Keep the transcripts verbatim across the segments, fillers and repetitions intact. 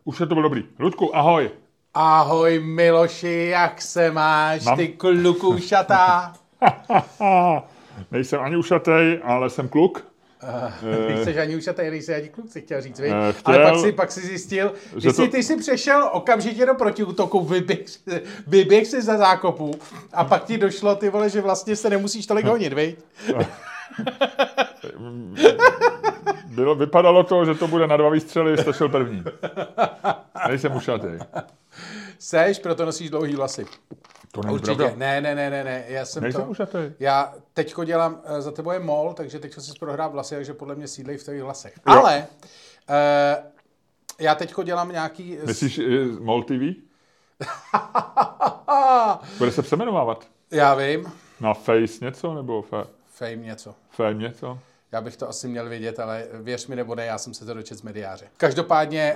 Už je to bylo dobrý. Ludku, ahoj. Ahoj Miloši, jak se máš, Mám... ty kluku ušatá? Nejsem ani ušatej, ale jsem kluk. Uh, nejseš ani ušatej, nejseš ani kluk, si chtěl říct, uh, chtěl, ale pak si, pak si zjistil, že to... ty jsi přešel okamžitě do protiútoku, vyběh, vyběh si za zákopu a pak ti došlo, ty vole, že vlastně se nemusíš tolik honit, viď? Bylo, vypadalo to, že to bude na dva výstřely, stačil první. Nejsem ušatej. Seš, proto nosíš dlouhý vlasy. To není Určitě. pravda. Ne, ne, ne, ne, ne. Já jsem Nejsem to... ušatej. Já teďko dělám, za tebou je mol, takže teďko si prohrál vlasy, takže podle mě sídlej v tvých vlasech. Jo. Ale uh, já teďko dělám nějaký... Myslíš Mol T V? Bude se přeměnovávat. Já vím. Na Face něco, nebo fe... Fame něco. Fame něco? Já bych to asi měl vědět, ale věř mi nebo ne, já jsem se to dočet z mediáře. Každopádně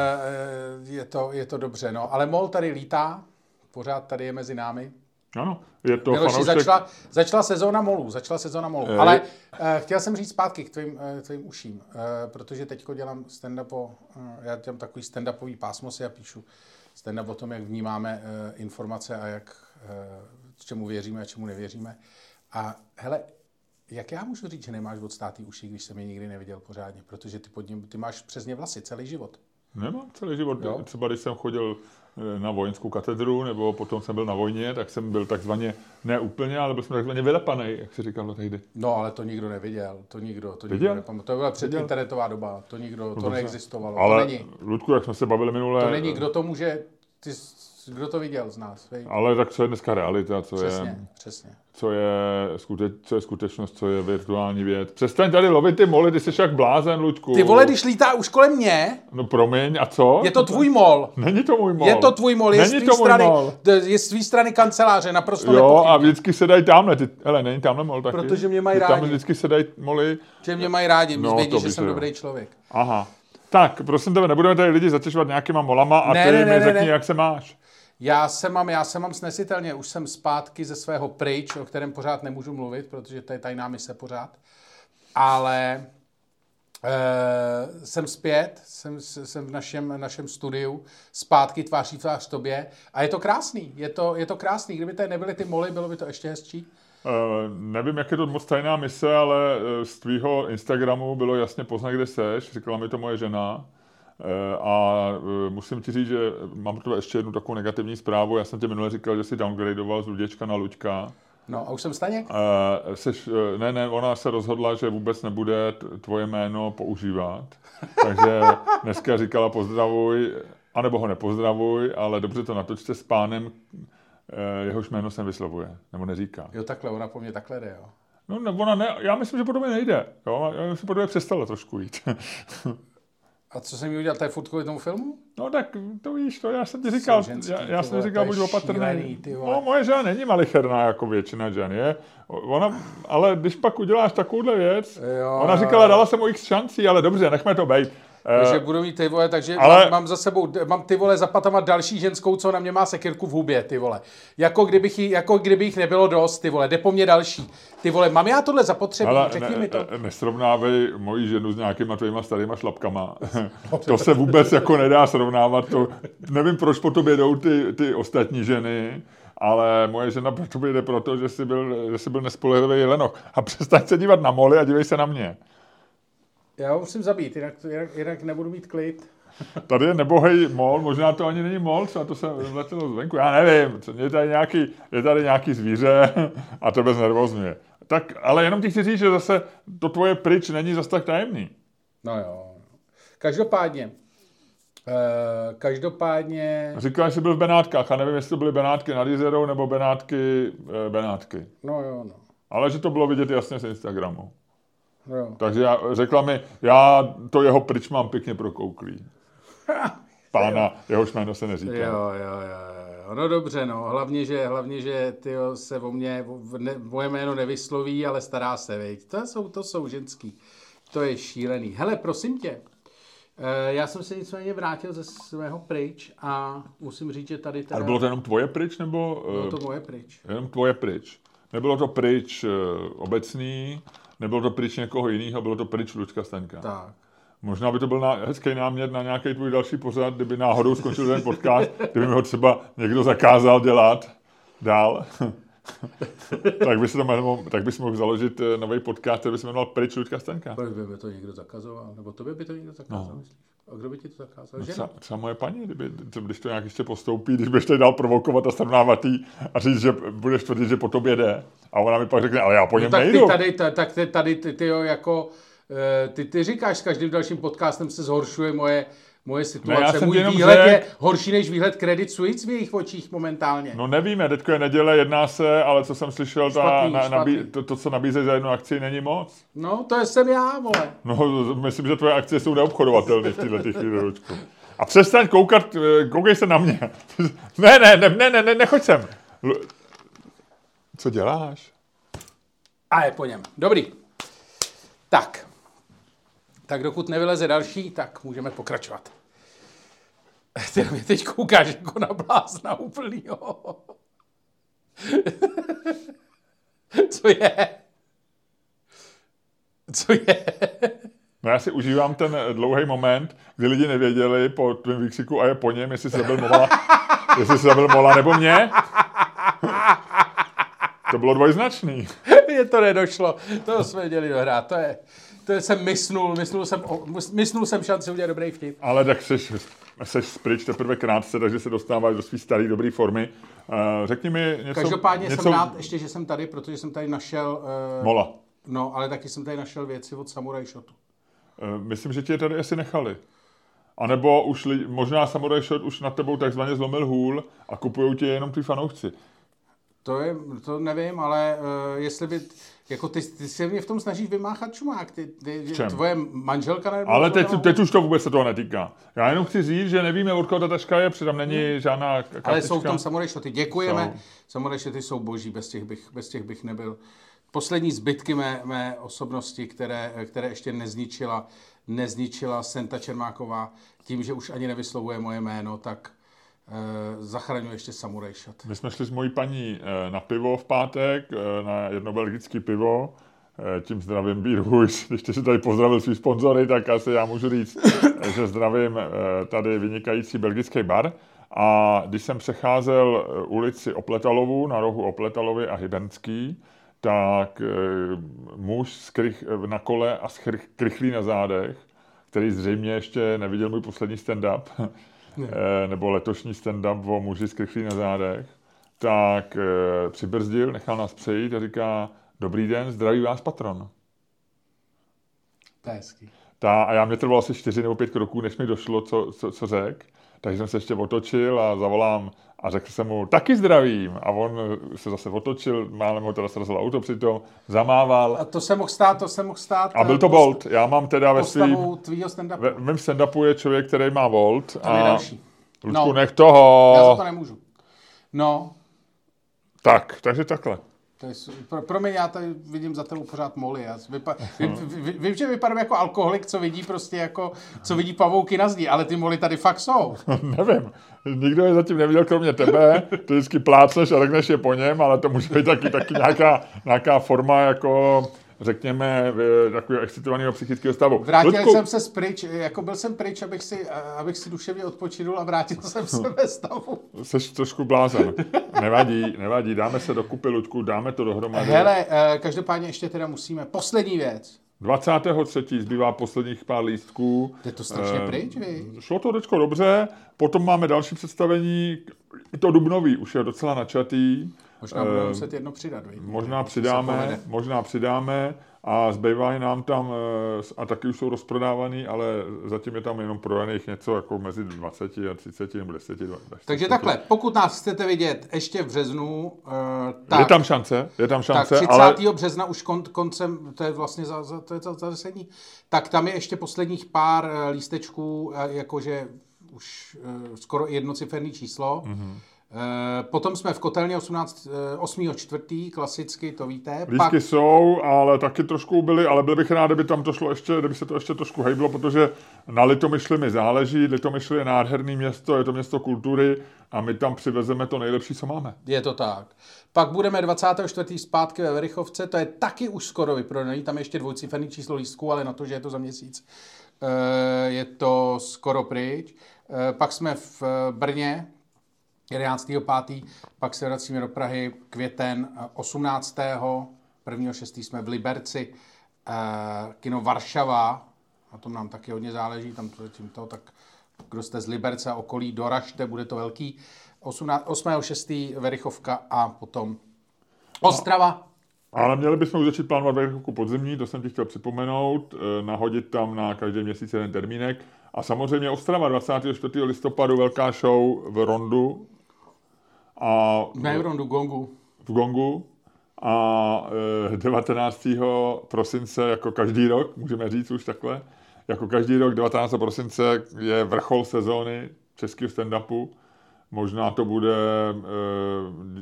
uh, je, to, je to dobře, no. Ale Mol tady lítá, pořád tady je mezi námi. Ano, je to Miloši, fanoušek... začala, začala sezóna molů, začala sezóna molů. Je... Ale uh, chtěl jsem říct zpátky k tvým, uh, tvým uším, uh, protože teďko dělám stand-up, uh, já dělám takový stand-upový pásmo, si já píšu stand-up o tom, jak vnímáme uh, informace a jak, uh, čemu věříme a čemu nevěříme. A hele, jak já můžu říct, že nemáš odstátý uši, když jsem je nikdy neviděl pořádně? Protože ty, pod ním, ty máš přes ně vlasy celý život. Nemám celý život. Jo? Třeba když jsem chodil na vojenskou katedru, nebo potom jsem byl na vojně, tak jsem byl takzvaně, ne úplně, ale byl jsem takzvaně vylepanej, jak se říkalo tehdy. No, ale to nikdo neviděl. To nikdo, to viděl? nikdo nepamatoval. To byla předinternetová doba. To nikdo, to no, neexistovalo. Ale, to není. Ludku, jak jsme se bavili minule... To není. Kdo to může... Ty, kdo to viděl z nás? Vej? Ale tak co je dneska realita, co přesně, je... Přesně, Co je, skute, co je skutečnost, co je virtuální věc. Přestaň tady lovit ty moly, ty jsi jak blázen, Luďku. Ty vole, když lítá už kolem mě... No promiň, a co? Je to tvůj mol. Není to můj mol. Je to tvůj mol, je není z tvý to můj strany, mol. je z tvý strany kanceláře, naprosto Jo, nepochybně. a vždycky se dají tamhle. Ty, hele, není tamhle mol taky? Protože mě mají rádi. rádi. Tam vždycky se dají moly. Že mě mají rádi, no, vědí, že víš, jsem jo. dobrý člověk. Aha. Tak, prosím tebe, nebudeme tady lidi zatěžovat nějakýma molama a ne, ty ne, mi ne, řekni, ne. jak se máš. Já se mám, já se mám snesitelně, už jsem zpátky ze svého pryč, o kterém pořád nemůžu mluvit, protože to je tajná mise pořád, ale e, jsem zpět, jsem, jsem v našem, našem studiu, zpátky tváří tvář tobě a je to krásný, je to, je to krásný, kdyby tady nebyly ty moly, bylo by to ještě hezčí. Uh, nevím, jak je to moc tajná mise, ale z tvýho Instagramu bylo jasně poznat, kde seš, říkala mi to moje žena. A musím ti říct, že mám tu ještě jednu takovou negativní zprávu. Já jsem ti minule říkal, že jsi downgradoval z Luděčka na Luďka. No a už jsem Staněk? Uh, seš, ne, ne, ona se rozhodla, že vůbec nebude tvoje jméno používat. Takže dneska říkala pozdravuj, anebo ho nepozdravuj, ale dobře to natočte s pánem, jehož jméno se nevyslovuje, nebo neříká. Jo, takhle, ona po mně takhle jde, jo. No, ne, ona ne, já myslím, že po tobě nejde. Jo? Já myslím, že po tobě přestala trošku jít. A co jsem jí udělal, tady furt kvůli tomu filmu? No tak to víš, to já jsem ti říkal, ženský, já, já jsem říkal, buď opatrný. No moje žena není malicherná jako většina žen, je. Ona, ale když pak uděláš takovouhle věc, jo, ona říkala, dala jsem mu x šancí, ale dobře, nechme to bejt. Takže budu mít ty vole, takže ale... mám, mám za sebou, mám ty vole za patama další ženskou, co na mě má sekirku v hubě, ty vole. Jako kdybych, jí, jako kdyby jich nebylo dost, ty vole, jde po mně další. Ty vole, mám já tohle zapotřebí, ale řekni ne, mi to. Nesrovnávej moji ženu s nějakýma tvýma starýma šlapkama. To se vůbec jako nedá srovnávat. To, nevím, proč po tobě jdou ty, ty ostatní ženy, ale moje žena pro tobě jde proto, že jsi byl, že jsi byl nespolehlivý jelenoch. A přestaň se dívat na moly a dívej se na mě. Já ho musím zabít, jinak, jinak, jinak nebudu mít klid. Tady je nebohej mol, možná to ani není mol, co to se vletělo zvenku, já nevím, je tady nějaký, je tady nějaký zvíře a tebe znervozňuje. Tak, ale jenom ti chci říct, že zase to tvoje pryč není zase tak tajemný. No jo. Každopádně, Uh, každopádně... Říkal, že jsi byl v Benátkách a nevím, jestli to byly Benátky nad Jizerou nebo Benátky, eh, Benátky. No jo, no. Ale že to bylo vidět jasně z Instagramu. Jo. Takže já, řekla mi, já to jeho pryč mám pěkně prokouklý. Pána, jehož jméno se neříká. Jo, jo, jo, jo. No dobře, no. Hlavně, že, hlavně, že tyjo, se o mě, ne, moje jméno nevysloví, ale stará se, veď. To jsou, to jsou ženský. To je šílený. Hele, prosím tě, já jsem se nicméně vrátil ze svého pryč a musím říct, že tady teda... Ale bylo to jenom tvoje pryč, nebo... Bylo to moje pryč. Jenom tvoje pryč. Nebylo to pryč obecný, nebylo to pryč někoho jiného, bylo to pryč Luďka Staňka. Tak. Možná by to byl na, hezký námět na nějaký tvůj další pořad, kdyby náhodou skončil ten podcast, kdyby mi ho třeba někdo zakázal dělat dál. tak by se to tak bys mohl založit nový podcast, který by se jmenoval Pryč Luďka Staňka. Proč by, by to někdo zakazoval? Nebo tobě by to někdo zakázal, no. Myslíš? A kdo by ti to zakázal? No, třeba, třeba moje paní, kdyby, když to nějak ještě postoupí, když budeš tady dál provokovat a srovnávat jí a říct, že budeš tvrdit, že po tobě jde. A ona mi pak řekne, ale já po něm no, tak nejdu. Ty tady, ta, tak ty, tady ty, ty jo, jako, ty, ty říkáš, s každým dalším podcastem se zhoršuje moje, moje situace. Ne, můj výhled řek... je horší než výhled Credit Suisse v jejich očích momentálně. No nevíme, teďko je neděle, jedná se, ale co jsem slyšel, špatný, ta, na, špatný. nabí, to, to, co nabízejí za jednu akci, není moc. No, to jsem já, vole. No, myslím, že tvoje akcie jsou neobchodovatelné v této chvíli, Luďku. A přestaň koukat, koukej se na mě. ne, ne, ne, ne, ne, nechoď sem. Co děláš? A je po něm. Dobrý. Tak. Tak dokud nevyleze další, tak můžeme pokračovat. Ty mě teď koukáš jako na blázna úplnýho. Co je? Co je? No já si užívám ten dlouhý moment, kdy lidi nevěděli po tvém výkřiku a je po něm, jestli se zabil Mola, jestli se zabil Mola nebo mě. To bylo dvojznačný. Mně to nedošlo. To jsme měli dohrát. To je... To jsem mysnul, mysnul jsem, mysnul jsem šanci udělat dobrý vtip. Ale tak seš, seš pryč teprve krátce, takže se dostáváš do své staré dobré formy. Uh, řekni mi něco... Každopádně něco... jsem rád ještě, že jsem tady, protože jsem tady našel... Uh, Mola. No, ale taky jsem tady našel věci od Samurai Shotu. Uh, myslím, že ti je tady asi nechali. A nebo už li, možná Samurai Shot už nad tebou takzvaně zlomil hůl a kupujou tě jenom ty fanoušci. To je, to nevím, ale uh, jestli by... Jako ty, ty se mě v tom snažíš vymáchat čumák, ty, ty, tvoje manželka... Nebo ale teď, teď už to vůbec se toho netýká. Já jenom chci říct, že nevíme, odkud ta taška je, protože tam není hmm. žádná kartička. Ale jsou v tom Samurai Shoty, děkujeme. Samurai Shoty jsou boží, bez těch bych, bez těch bych nebyl. Poslední zbytky mé, mé osobnosti, které, které ještě nezničila, nezničila Senta Čermáková, tím, že už ani nevyslovuje moje jméno, tak Uh, zachraňuje ještě Samurai Shot. My jsme šli s mojí paní uh, na pivo v pátek, uh, na jedno belgické pivo. Uh, tím zdravím Beer Huis. Když ty si tady pozdravil svý sponzory, tak asi já můžu říct, že zdravím uh, tady vynikající belgický bar. A když jsem přecházel ulici Opletalovu, na rohu Opletalovy a Hybernský, tak uh, muž skrych, na kole a s krychlí na zádech, který zřejmě ještě neviděl můj poslední stand-up, Ne. nebo letošní stand-up o muži s krychlí na zádech, tak e, přibrzdil, nechal nás přejít a říká, dobrý den, zdraví vás patron. To je hezký. Ta, a já mě trvalo asi čtyři nebo pět kroků, než mi došlo, co, co, co řek. Takže jsem se ještě otočil a zavolám a řekl jsem mu, taky zdravím. A on se zase otočil, málem ho teda srazilo auto přitom, zamával. A to se mohl stát, to se mohl stát. A byl to post- Bolt. Já mám teda ve svým... stand-upu. Ve mém stand-upu je člověk, který má Bolt. To je další. Luďku, no, nech toho. Já za to nemůžu. No. Tak, takže takhle. To je, pro, promiň, já tady vidím za tebou pořád moly. Já vypa, vím, vím, že vypadám jako alkoholik, co vidí prostě jako, co vidí pavouky na zdi, ale ty moly tady fakt jsou. Nevím, nikdo je zatím neviděl kromě tebe, ty vždycky plácneš a řekneš je po něm, ale to může být taky, taky nějaká, nějaká forma jako... řekněme, takového excitovaného psychického stavu. Vrátil Ludku... jsem se pryč, jako byl jsem pryč, abych si, abych si duševně odpočinul a vrátil jsem se ve stavu. Jsi trošku blázen. Nevadí, nevadí, dáme se dokupy, Ludku, dáme to dohromady. Hele, každopádně ještě teda musíme, poslední věc. dvacátého třetího zbývá posledních pár lístků. Je to strašně e, pryč, vy? Šlo to teďko dobře, potom máme další představení, i to dubnový už je docela načatý. Možná budeme muset jedno přidat. Víc. Možná přidáme, možná přidáme a zbývají nám tam, a taky už jsou rozprodávaný, ale zatím je tam jenom prodaných něco jako mezi dvacet a třicet nebo deset. dvacet. Takže takhle, pokud nás chcete vidět ještě v březnu, uh, tak... Je tam šance, je tam šance, tak třicátého ale... března už kon, koncem, to je vlastně za, za, to je za, za deset dní, tak tam je ještě posledních pár uh, lístečků, uh, jakože už uh, skoro jednociferný číslo. Mm-hmm. Potom jsme v kotelně osmého čtvrtého klasicky, to víte. Lístky pak... jsou, ale taky trošku byly, ale byl bych rád, kdyby tam to šlo ještě, kdyby se to ještě trošku hejblo, protože na Litomyšli mi záleží, Litomyšl je nádherný město, je to město kultury a my tam přivezeme to nejlepší, co máme. Je to tak. Pak budeme dvacátého čtvrtého zpátky ve Verichovce, to je taky už skoro vyprodaný, tam je ještě dvojciferný číslo lístků, ale na to, že je to za měsíc, je to skoro pryč. Pak jsme v Brně, jedenáctého pátého Pak se vracíme do Prahy, květen osmnáctého prvního šestého jsme v Liberci, kino Varšava, na tom nám taky hodně záleží, tam to zatím to, tak kdo jste z Liberce a okolí, doražte, bude to velký. osmého šestého Verichovka a potom Ostrava. Ale měli bychom už začít plánovat Verichovku podzimní, to jsem ti chtěl připomenout, nahodit tam na každý měsíc jeden termínek. A samozřejmě Ostrava dvacátého čtvrtého listopadu velká show v Rondu. A ne v Rondu, Gongu. V Gongu. A devatenáctého prosince, jako každý rok, můžeme říct už takhle, jako každý rok devatenáctého prosince je vrchol sezóny českého stand-upu. Možná to bude eh,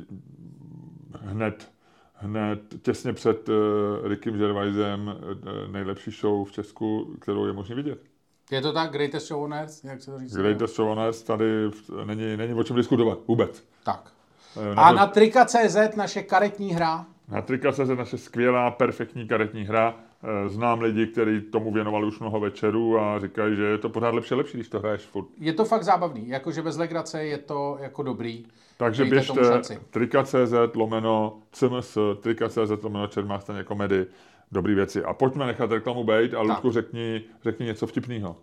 hned, hned těsně před eh, Rickem Gervaisem eh, nejlepší show v Česku, kterou je možné vidět. Je to tak? Greatest Show on Earth? Jak se to říká? Greatest Show on Earth, tady není, není o čem diskutovat vůbec. Tak. Na A to, na Trika tečka cé zet naše karetní hra? Na Trika tečka cé zet naše skvělá, perfektní karetní hra. Znám lidi, kteří tomu věnovali už mnoho večerů a říkají, že je to pořád lepší lepší, když to hraješ furt. Je to fakt zábavný, jakože bez legrace je to jako dobrý. Takže běžte Trika tečka cé zet lomeno cms, Trika tečka cé zet lomeno Čermák Staněk komedy, dobrý věci. A pojďme nechat reklamu bejt a Ludku, řekni, řekni něco vtipného.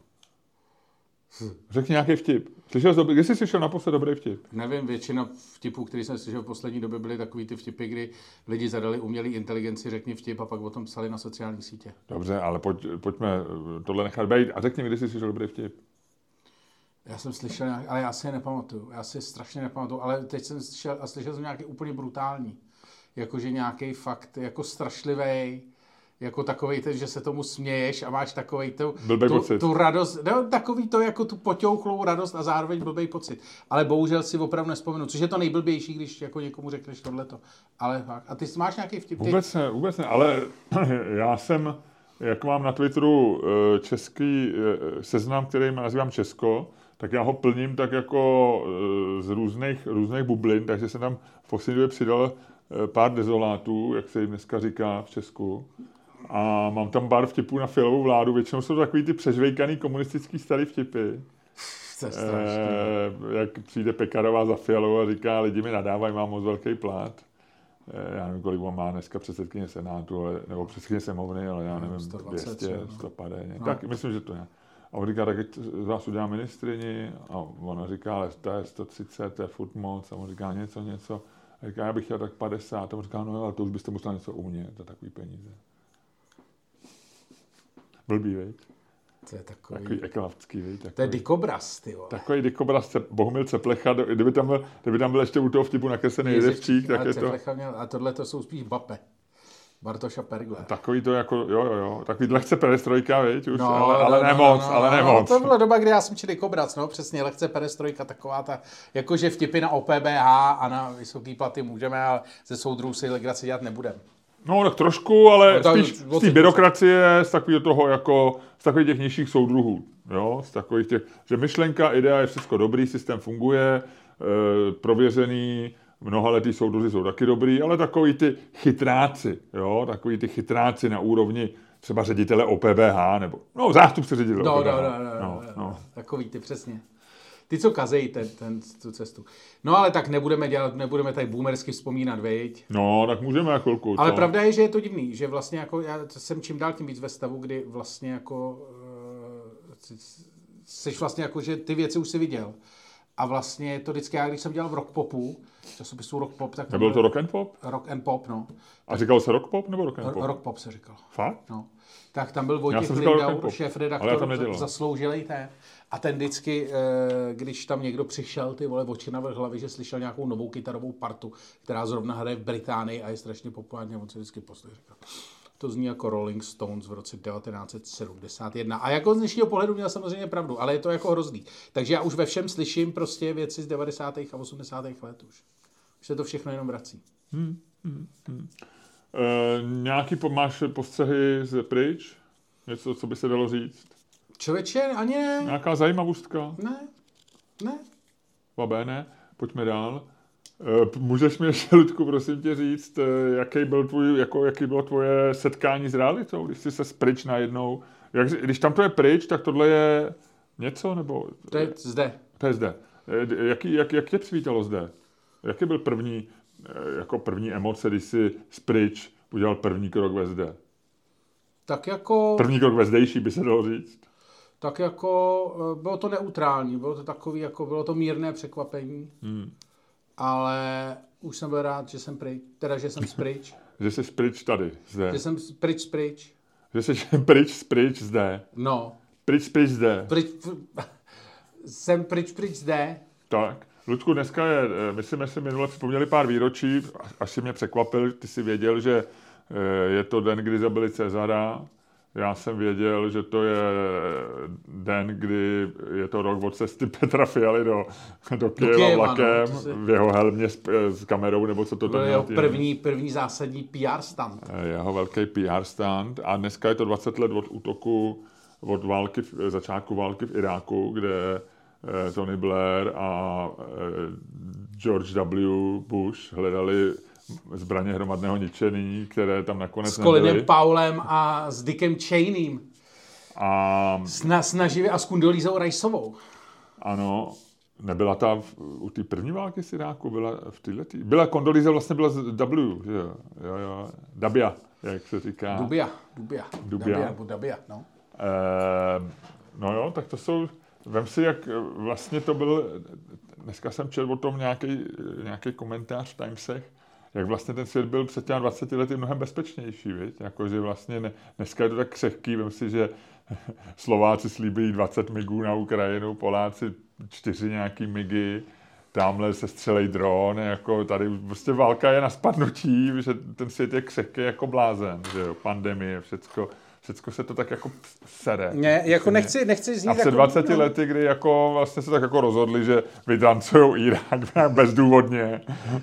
Řekni nějaký vtip. Slyšel jsi, kdy jsi slyšel naposled dobrý vtip? Nevím, většina vtipů, který jsem slyšel v poslední době, byly takový ty vtipy, kdy lidi zadali umělý inteligenci, řekni vtip a pak o tom psali na sociální sítě. Dobře, ale pojď, pojďme tohle nechat bejt a řekni mi, kdy jsi slyšel dobrý vtip. Já jsem slyšel, ale já si je nepamatuju. Já si je strašně nepamatuju, ale teď jsem slyšel a slyšel jsem nějaký úplně brutální. Jakože nějaký fakt jako strašlivý. Jako takovej ten, že se tomu směješ a máš takovej tu, tu, tu radost, no, takový to jako tu poťouchlou radost a zároveň blbej pocit. Ale bohužel si opravdu nespomenu, což je to nejblbější, když jako někomu řekneš tohleto. Ale fakt. A ty máš nějaký vtip? Ty... Vůbec ne, vůbec ne, ale já jsem, jak mám na Twitteru český seznam, který nazývám Česko, tak já ho plním tak jako z různých, různých bublin, takže jsem tam v poslední době přidal pár dezolátů, jak se jim dneska říká v Česku. A mám tam pár vtipů na Fialovou vládu. Většinou jsou takový ty přežvejkaný komunistický starý vtipy. To je e, jak přijde Pekarová za Fialou a říká, lidi mi nadávají, mám moc velký plát. E, já nevím, kolik on má dneska předsedkyně Senátu, ale, nebo předsedkyně Sněmovny, ale já nevím, sto dvacet, dvě stě, sto padesát. No. Tak myslím, že to je. A on říká, tak z vás udělá ministrini. A ona říká, ale to je sto třicet, to je furt moc. A on říká něco, něco. A říká, já bych chtěl tak padesát. A on říká, no jo, ale to už byste musel něco umět, to takový peníze. Blbý, veď? To je takový... Takový eklavský, veď? Takový, to je dikobraz, ty vole. Takový dikobraz Bohumil Ceplecha, kdyby tam byl, kdyby tam byl ještě u toho vtipu nakreslený Jedevčík, tak je to... Měl, a tohle to jsou spíš Bape. Bartoša Pergler. Takový to jako, jo, jo, jo, takový lehce perestrojka, veď? Už, no, ale, ale no, nemoc, no, no, ale no, nemoc. To byla doba, kdy já jsem čil dikobraz, no, přesně, lehce perestrojka, taková ta, jakože vtipy na O P B H a na vysoký platy můžeme, ale ze soudrů si legraci dělat nebudeme. No, tak trošku, ale no, spíš z té byrokracie, z takového toho jako, z takových těch nižších soudruhů, jo, z takových těch, že myšlenka, idea je všechno dobrý, systém funguje, e, prověřený, mnohaletý soudruzi jsou taky dobrý, ale takový ty chytráci, jo, takový ty chytráci na úrovni třeba ředitele O P B H, nebo, no, zástupce ředitele no, O P B H. No, no, no, no, no, no. Takový ty, přesně. Ty, co kazejí ten, ten, tu cestu. No ale tak nebudeme dělat, nebudeme tady boomersky vzpomínat, viď? No, tak můžeme na chvilku. Ale co? Pravda je, že je to divný, že vlastně jako já jsem čím dál tím víc ve stavu, kdy vlastně jako uh, jsi vlastně jako, že ty věci už si viděl. A vlastně je to vždycky, já když jsem dělal v rock popu, časopisu rock pop, tak... Nebyl to rock and pop? Rock and pop, no. A říkal se rock pop nebo rock and pop? Rock pop se říkal. Fakt? No. Tak tam byl Vojtěch Lindau, šéf-redaktor, zasloužilej ten. A ten vždycky, když tam někdo přišel, ty vole, oči na vrch hlavy, že slyšel nějakou novou kytarovou partu, která zrovna hraje v Británii a je strašně populární, a on se vždycky poslech říkal. To zní jako Rolling Stones v roce devatenáct set sedmdesát jedna. A jako z dnešního pohledu měl samozřejmě pravdu, ale je to jako hrozný. Takže já už ve všem slyším prostě věci z devadesátých a osmdesátých let už. Už se to všechno jenom vrací. Hmm, hmm, hmm. E, nějaký máš postřehy z pryč? Něco, co by se dalo říct? Člověče, ani ne. Nějaká zajímavostka? Ne, ne. Babé, ne. Pojďme dál. E, můžeš mi ještě, Ludku, prosím tě říct, jaký, byl tvůj, jako, jaký bylo tvoje setkání s realitou, když jsi se z pryč najednou Jak, když tam to je pryč, tak tohle je něco, nebo... To je zde. To je zde. Jaký, jak, jak tě přivítalo zde? Jaký byl první, jako první emoce, když jsi z pryč udělal první krok ve zde? Tak jako... První krok ve zdejší, by se dalo říct. Tak jako bylo to neutrální, bylo to takový, jako bylo to mírné překvapení, hmm. ale už jsem byl rád, že jsem pryč, teda, že jsem spryč. Že jsi pryč tady, zde. Že jsem pryč, spryč. Že jsi pryč, pryč, zde. No. Pryč, pryč, zde. Pryč, pr... jsem pryč, pryč, zde. Tak. Ludku, dneska je, my jsme si minule připomněli pár výročí, až si mě překvapil, ty jsi věděl, že je to den, kdy zabili Cezara. Já jsem věděl, že to je den, kdy je to rok od cesty Petra Fialy do, do Kyjeva vlakem, no, si... v jeho helmě s, s kamerou, nebo co to tam byl první, první zásadní P R stand. Jeho velký P R stand. A dneska je to dvacet let od útoku, od války, začátku války v Iráku, kde Tony Blair a George W. Bush hledali zbraně hromadného ničení, které tam nakonec nebyly. S Colinem Powellem a s Dickem Cheneym. A... Sna, snaživě a s Kondolízou Riceovou. Ano, nebyla ta v, u té první války z Iráku, byla v této. Byla Kondolíza, vlastně byla z W, že jo, jo, jo, Dabia, jak se říká. Dubia, Dubia, Dubia. Dabia, nebo Dabia, no. E, no jo, tak to jsou, vem si, jak vlastně to byl, dneska jsem četl o tom nějaký, nějaký komentář v Timesech, jak vlastně ten svět byl před těmi dvaceti lety mnohem bezpečnější, viď? Jako, že vlastně ne, dneska je to tak křehký, vem si, že Slováci slíbí dvacet migů na Ukrajinu, Poláci čtyři nějaký migy, tamhle se střelej dron, jako tady prostě válka je na spadnutí, že ten svět je křehký jako blázen, že jo, pandemie, všecko. Všecko se to tak jako sere. Ne, jako nechci, nechci znít... A před dvaceti jako... lety, kdy jako vlastně se tak jako rozhodli, že vytancujou Irák bezdůvodně.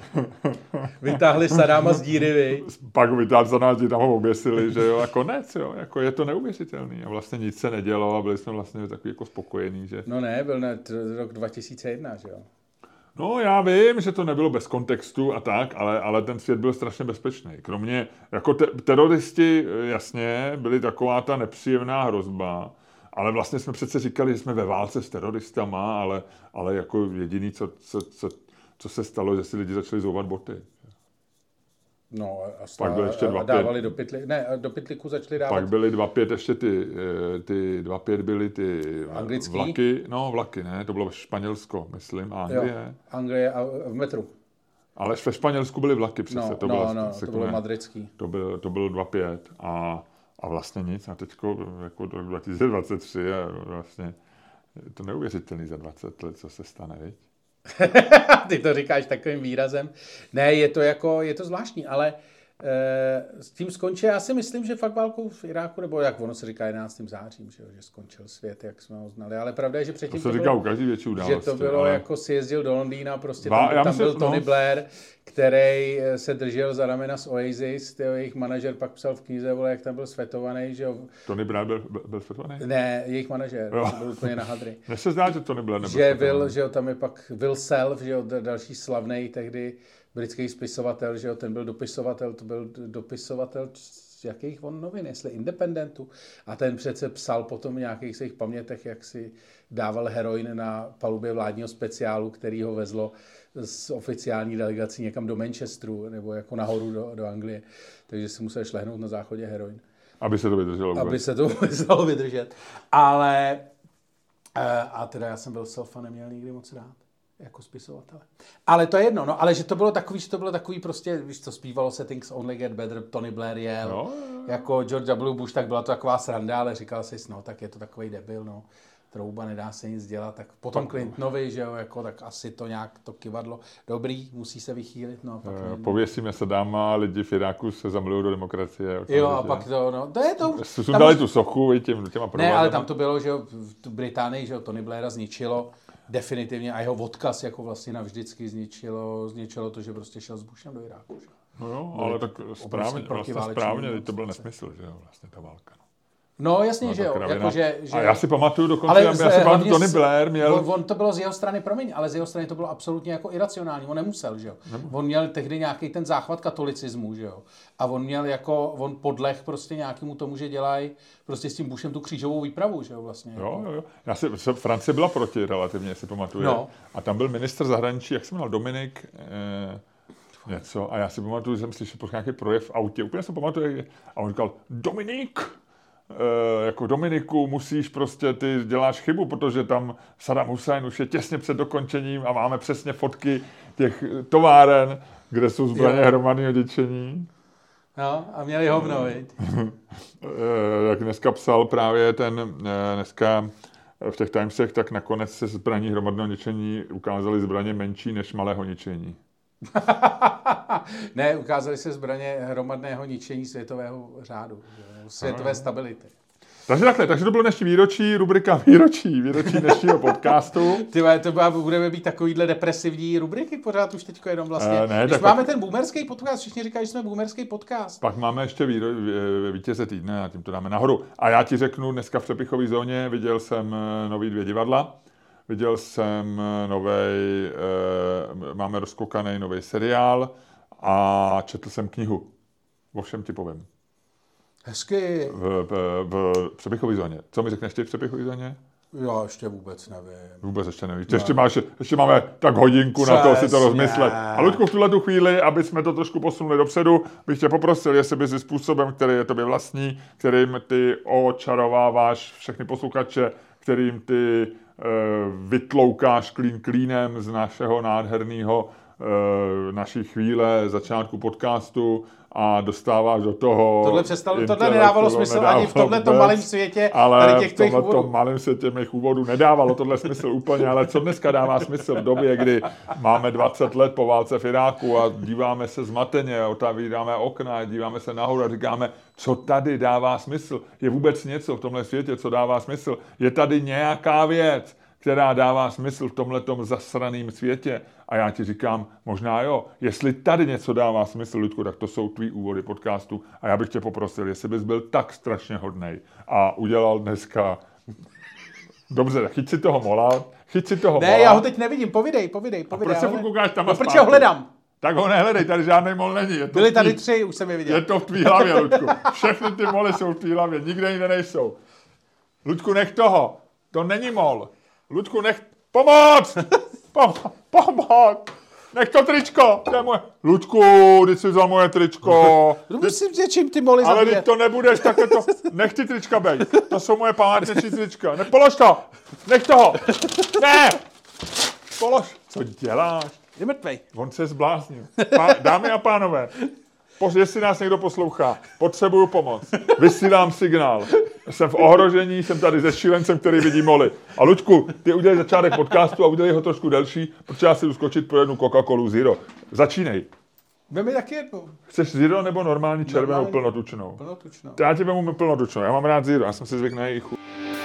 Vytáhli Sadáma z díry, vy. Pak vytáhli Sadáma z díry, tam ho oběsili, že jo, a konec, jo, jako je to neuvěřitelný. A vlastně nic se nedělo a byli jsme vlastně takový jako spokojení, že... No ne, byl na rok dva tisíce jedna, že jo. No já vím, že to nebylo bez kontextu a tak, ale, ale ten svět byl strašně bezpečný. Kromě, jako te, teroristi, jasně, byli taková ta nepříjemná hrozba, ale vlastně jsme přece říkali, že jsme ve válce s teroristama, ale, ale jako jediný, co, co, co, co se stalo, že si lidi začali zouvat boty. No a, stá, pak byly ještě dva a dávali do pytli, ne, do pytliku začali dávat. Pak byly dva pět ještě ty, ty dva pět byly ty anglický? Vlaky, no vlaky, ne, to bylo Španělsko, myslím, a Anglie. Jo, Anglie a v metru. Ale ve Španělsku byly vlaky přece, no, to, no, bylo, no, to bylo madridský. To byl, to byl dva pět a, a vlastně nic, a teďko jako do dva tisíce dvacet tři a vlastně je to neuvěřitelný za dvacet let, co se stane, viď? Ty to říkáš takovým výrazem. Ne, je to jako, je to zvláštní, ale s tím skončí. Já si myslím, že fakt válkou v Iráku, nebo jak ono se říká jedenáctým zářím, že, že skončil svět, jak jsme ho znali. Ale pravda je, že předtím to, se to říká bylo, u každý větší události, že to bylo ale... jako si jezdil do Londýna, prostě Vá, tam, tam myslím, byl Tony no. Blair, který se držel za ramena z Oasis, tyjo, jejich manažer pak psal v knize, vole, jak tam byl svetovaný, že jo. Tony Blair byl, byl svetovaný? Ne, jejich manažer, byl úplně na hadry. Mně se zdá, že Tony Blair nebyl že Will, že jo, tam je pak Will Self, že jo, další slavnej tehdy britský spisovatel, že jo, ten byl dopisovatel, to byl dopisovatel z jakých on novin, jestli Independentu. A ten přece psal potom v nějakých svých pamětech, jak si dával heroin na palubě vládního speciálu, který ho vezlo z oficiální delegací někam do Manchesteru, nebo jako nahoru do, do Anglie. Takže si musel šlehnout na záchodě heroin. Aby se to vydrželo. Aby vůbec. se to muselo vydržet. Ale, a teda já jsem byl self a neměl nikdy moc rád. Jako spisovatele. Ale to je jedno, no, ale že to bylo takový, že to bylo takový prostě, víš co, zpívalo se Things Only Get Better, Tony Blair jel, no. Jako George W. Bush, tak byla to taková sranda, ale říkal jsi, no, tak je to takový debil, no, trouba, nedá se nic dělat, tak potom Clintonovi, že jo, jako, tak asi to nějak to kivadlo, dobrý, musí se vychýlit, no. Pak e, pověsíme se dáma, lidi v Iráku se zamlují do demokracie. Jako, jo, a pak to, no, to je to. Sundali tu sochu, těm, těma ne, ale tam to bylo, že jo, v Británii, že jo, Tony Blaira zničilo, definitivně a jeho odkaz jako vlastně navždycky zničilo, zničilo to, že prostě šel s Bushem do Iráku. Že? No jo, ale tak správně, vlastně správně, to byl nesmysl, že jo, vlastně ta válka. No. No jasně, no, že jo. Jako, že, že... A já si pamatuju dokonce, ale já, já si pamatuju, Tony Blair měl... On, on to bylo z jeho strany, promiň, ale z jeho strany to bylo absolutně jako iracionální. On nemusel, že jo. Nemusel. On měl tehdy nějaký ten záchvat katolicismu, že jo. A on měl jako, on podleh prostě nějakému tomu, že dělají prostě s tím Bushem tu křížovou výpravu, že jo vlastně. Jo, jo, jo. Já si, Francie byla proti relativně, si pamatuju. No. A tam byl ministr zahraničí, jak se jmenoval, Dominik... Eh... něco. A já si pamatuju, že jsem slyšel po nějaký projev v autě. Úplně se pamatuju. A on říkal, Dominik, e, jako Dominiku, musíš prostě, ty děláš chybu, protože tam Saddam Hussein už je těsně před dokončením a máme přesně fotky těch továren, kde jsou zbraně hromadného ničení. No, a měli hovno, viď? Jak dneska psal právě ten, dneska v těch Timesech, tak nakonec se zbraní hromadného ničení ukázaly zbraně menší než malého ničení. Ne, ukázaly se zbraně hromadného ničení světového řádu, světové stability. Takže takhle, takže to bylo dnešní výročí, rubrika výročí, výročí dnešního podcastu. Tyhle, to byla, budeme být takovýhle depresivní rubriky pořád už teďko jenom vlastně. Uh, ne, Když máme ten boomerský podcast, všichni říkají, že jsme boomerský podcast. Pak máme ještě výro, vítěze týdne a tím to dáme nahoru. A já ti řeknu, dneska v přepichové zóně viděl jsem nový dvě divadla. Viděl jsem novej, e, máme rozkokaný nový seriál a četl jsem knihu. O všem ti povím. Hezky. V, v, v přepichové zóně. Co mi řekneš ty v přepichové zóně? Já ještě vůbec nevím. Vůbec ještě nevíš. No. Ještě, máš, ještě máme tak hodinku Přesně. na to si to rozmyslet. A Luďku, v tuhle tu chvíli, aby jsme to trošku posunuli dopředu, bych tě poprosil, jestli bys způsobem, který je tobě vlastní, kterým ty očarováváš všechny posluchače, kterým ty vytloukáš klín klínem z našeho nádherného naší chvíle, začátku podcastu a dostáváš do toho... Tohle přestalo, tohle nedávalo smysl nedávalo ani v tomhletom malém světě. Ale v tomhletom malém světě mých úvodů nedávalo tohle smysl úplně, ale co dneska dává smysl v době, kdy máme dvacet let po válce v Iráku a díváme se zmateně, otevíráme okna, díváme se nahoru a říkáme, co tady dává smysl. Je vůbec něco v tomhle světě, co dává smysl. Je tady nějaká věc, která dává smysl v tomhletom zasraném světě. A já ti říkám, možná jo, jestli tady něco dává smysl, Ludku, tak to jsou tvý úvody podcastu. A já bych tě poprosil, jestli bys byl tak strašně hodnej a udělal dneska... Dobře, chyť si toho mola, chyť si toho ne, mola. Ne, já ho teď nevidím, povidej, povidej, povidej. A proč se furt koukáš tam a zpátky? Proč ho hledám? Tak ho nehledej, tady žádný mol není. Je to Byli tvý, tady tři, už jsem je viděl. Je to v tvý hlavě, Ludku. Všechny ty moly jsou v tvý hlavě, nikde jinde nejsou. Ludku, nech toho, to není mol. Ludku, nech... Pomoc! Pom- pomoc! Nech to tričko! To je moje... Luďku, když jsi vzal moje tričko. Musím s čím ty moly ale zabíjet. Ale to nebudeš, takhle to... Nech ty trička bej. To jsou moje památniční trička. Nepolož to! Nech toho! Ne! Polož. Co děláš? Je mrtvej. On se zbláznil. Pá, dámy a pánové, jestli nás někdo poslouchá, potřebuju pomoc. Vysílám signál. Jsem v ohrožení, jsem tady se šílencem, který vidí moly. A Luďku, ty udělej začátek podcastu a udělej ho trošku delší, protože já si jdu skočit pro jednu Coca-Colu Zero. Začínej. Vem taky jednu. Chceš Zero nebo normální červenou normální, plnotučnou? Plnotučnou. Já ti vemu plnotučnou, já mám rád Zero, já jsem si zvykl na jejich chuť.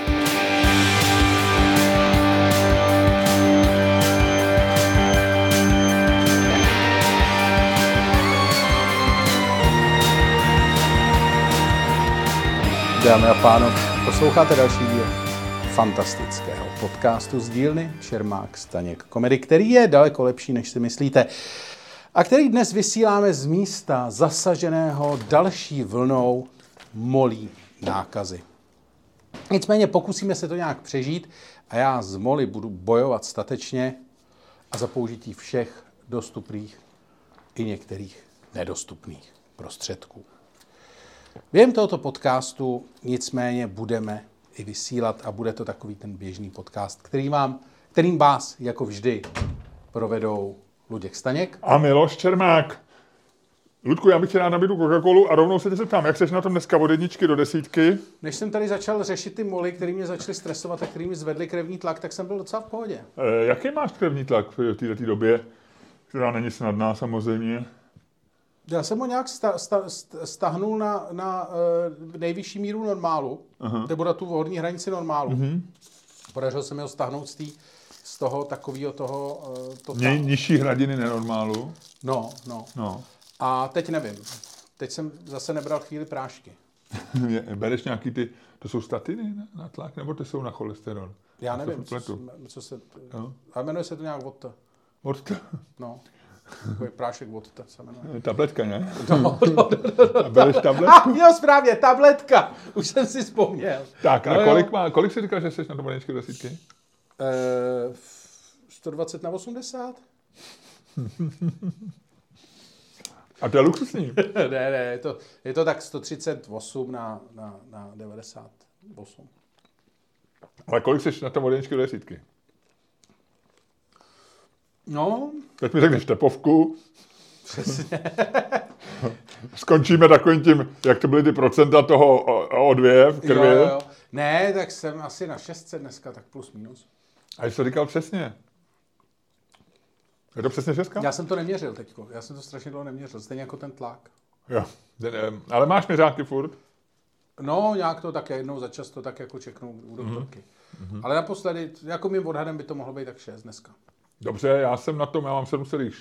Dámy a pánové, posloucháte další díl fantastického podcastu z dílny Čermák Staněk Komedy, který je daleko lepší, než si myslíte. A který dnes vysíláme z místa zasaženého další vlnou molí nákazy. Nicméně pokusíme se to nějak přežít a já z moly budu bojovat statečně a za použití všech dostupných i některých nedostupných prostředků. Během tohoto podcastu nicméně budeme i vysílat a bude to takový ten běžný podcast, který vám, kterým vás, jako vždy, provedou Luděk Staněk a Miloš Čermák. Ludku, já bych ti rád nabídl Coca-Colu a rovnou se tě zeptám, jak seš na tom dneska od jedničky do desítky? Než jsem tady začal řešit ty moly, které mě začaly stresovat a které mi zvedly krevní tlak, tak jsem byl docela v pohodě. E, jaký máš krevní tlak v této době, která není snadná samozřejmě? Já jsem ho nějak sta, sta, stahnul na, na uh, nejvyšší míru normálu, uh-huh. nebo na tu horní hranici normálu. Uh-huh. Podařilo se mi ho stáhnout z, tý, z toho takového toho... Uh, to Ni, nižší hladiny nenormálu? No, no, no. A teď nevím. Teď jsem zase nebral chvíli prášky. Bereš nějaký ty, to jsou statiny na, na tlak, nebo ty jsou na cholesterol? Já nevím, co, co se, no. A jmenuje se to nějak vodta. Vodta? No. Takový prášek vodta se jmenuje. Tabletka, ne? No, no, no, no. A bereš tabletku? Ah, jo, správně, tabletka. Už jsem si vzpomněl. Tak, a no, kolik, má, kolik si říkal, že jsi na tom ledničky desítky? Uh, sto dvacet na osmdesát. A to je luxusní. ne, ne, je to, je to tak sto třicet osm na, na, na devadesát osm. Ale kolik jsi na tom ledničky desítky? No. Teď mi řekneš tepovku. Přesně. Skončíme takovým tím, jak to byly ty procenta toho O dva v krvi. Jo, jo. Ne, tak jsem asi na šest set dneska, tak plus minus. A jsi to říkal přesně. Je to přesně šestka? Já jsem to neměřil teďko. Já jsem to strašně dlouho neměřil. Stejně jako ten tlak. Jo. Ale máš měřáky furt? No, nějak to tak jednou za čas to tak jako čeknu u doktorky. Mm-hmm. Ale naposledy, jako mým odhadem by to mohlo být tak šest dneska. Dobře, já jsem na tom, já mám sedm celá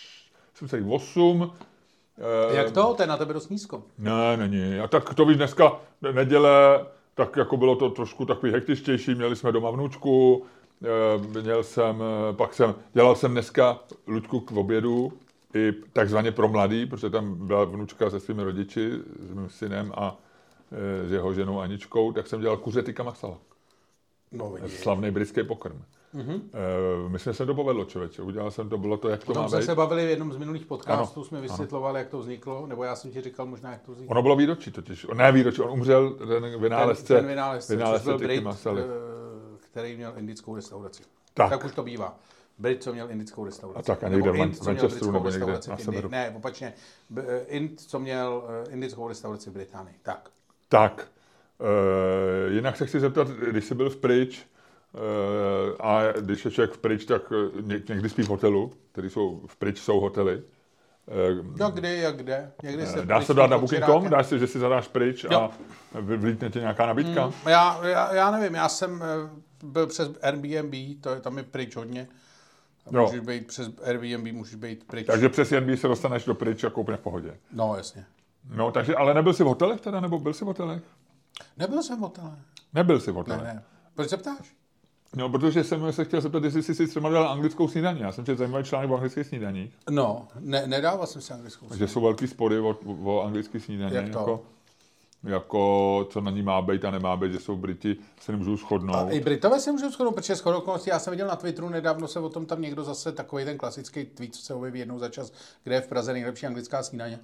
osm. Jak to? To je na tebe dost nízko. Ne, není. A tak to víš, dneska neděle, tak jako bylo to trošku takový hektičtější, měli jsme doma vnučku, měl jsem, pak jsem, dělal jsem dneska Luďku k obědu, i takzvaně pro mladý, protože tam byla vnučka se svými rodiči, s mým synem a s jeho ženou Aničkou, tak jsem dělal kuře tikka masala. No, vidí. Slavný britský pokrm. Mm-hmm. E, myslím, že se to povedlo, člověče. Udělal jsem to, bylo to, jak to Potom má jsme být. se bavili v jednom z minulých podcastů, ano, jsme vysvětlovali, ano. Jak to vzniklo, nebo já jsem ti říkal možná, jak to vzniklo. Ono bylo výročí totiž. Ne výročí, on umřel, ten vynálezce. Ten, ten vynálezce, vynálezce byl Brit, masaly. který měl indickou restauraci. Tak. tak už to bývá. Brit, co měl indickou restauraci. A tak a někde v Manchesteru nebo někde na severu. Ne, opačně. Ind, co měl indickou restauraci v Británii. Tak. Tak. E, jinak se chci zeptat, když jsi byl v pryč, e, a když je člověk v pryč, tak někdy spí v hotelu, který jsou v pryč, jsou hotely. E, jak kde, jak kde. Někdy se dá se dát na booking tečka com? Dá se, že si zadáš pryč jo. A vlítne ti nějaká nabídka? Mm, já, já, já nevím, já jsem byl přes Airbnb, to je tam je pryč hodně. Můžeš být přes Airbnb, můžeš být pryč. Takže přes Airbnb se dostaneš do pryč jako úplně v pohodě. No, jasně. No, takže, ale nebyl jsi v hotelech teda, nebo byl jsi v hotelech? Nebyl jsem v hotelech. Nebyl jsi v hotelech? Ne, ne. Proč se ptáš? No, protože jsem se chtěl zeptat, jestli jsi si třeba dal anglickou snídaní. Já jsem chtěl zajímavý článek o anglických snídaních. No, ne, nedával jsem si anglickou snídaní. Že jsou velký spory o, o anglických snídaní. Jak to? Jako, jako, co na ní má být a nemá být, že jsou Briti, se nemůžou shodnout. A i Britové se můžou shodnout, protože shodou okolností, já jsem viděl na Twitteru, nedávno se o tom tam někdo zase, takový ten klasický tweet, co se objeví jednou za čas, kde je v Praze nejlepší anglická snídaně.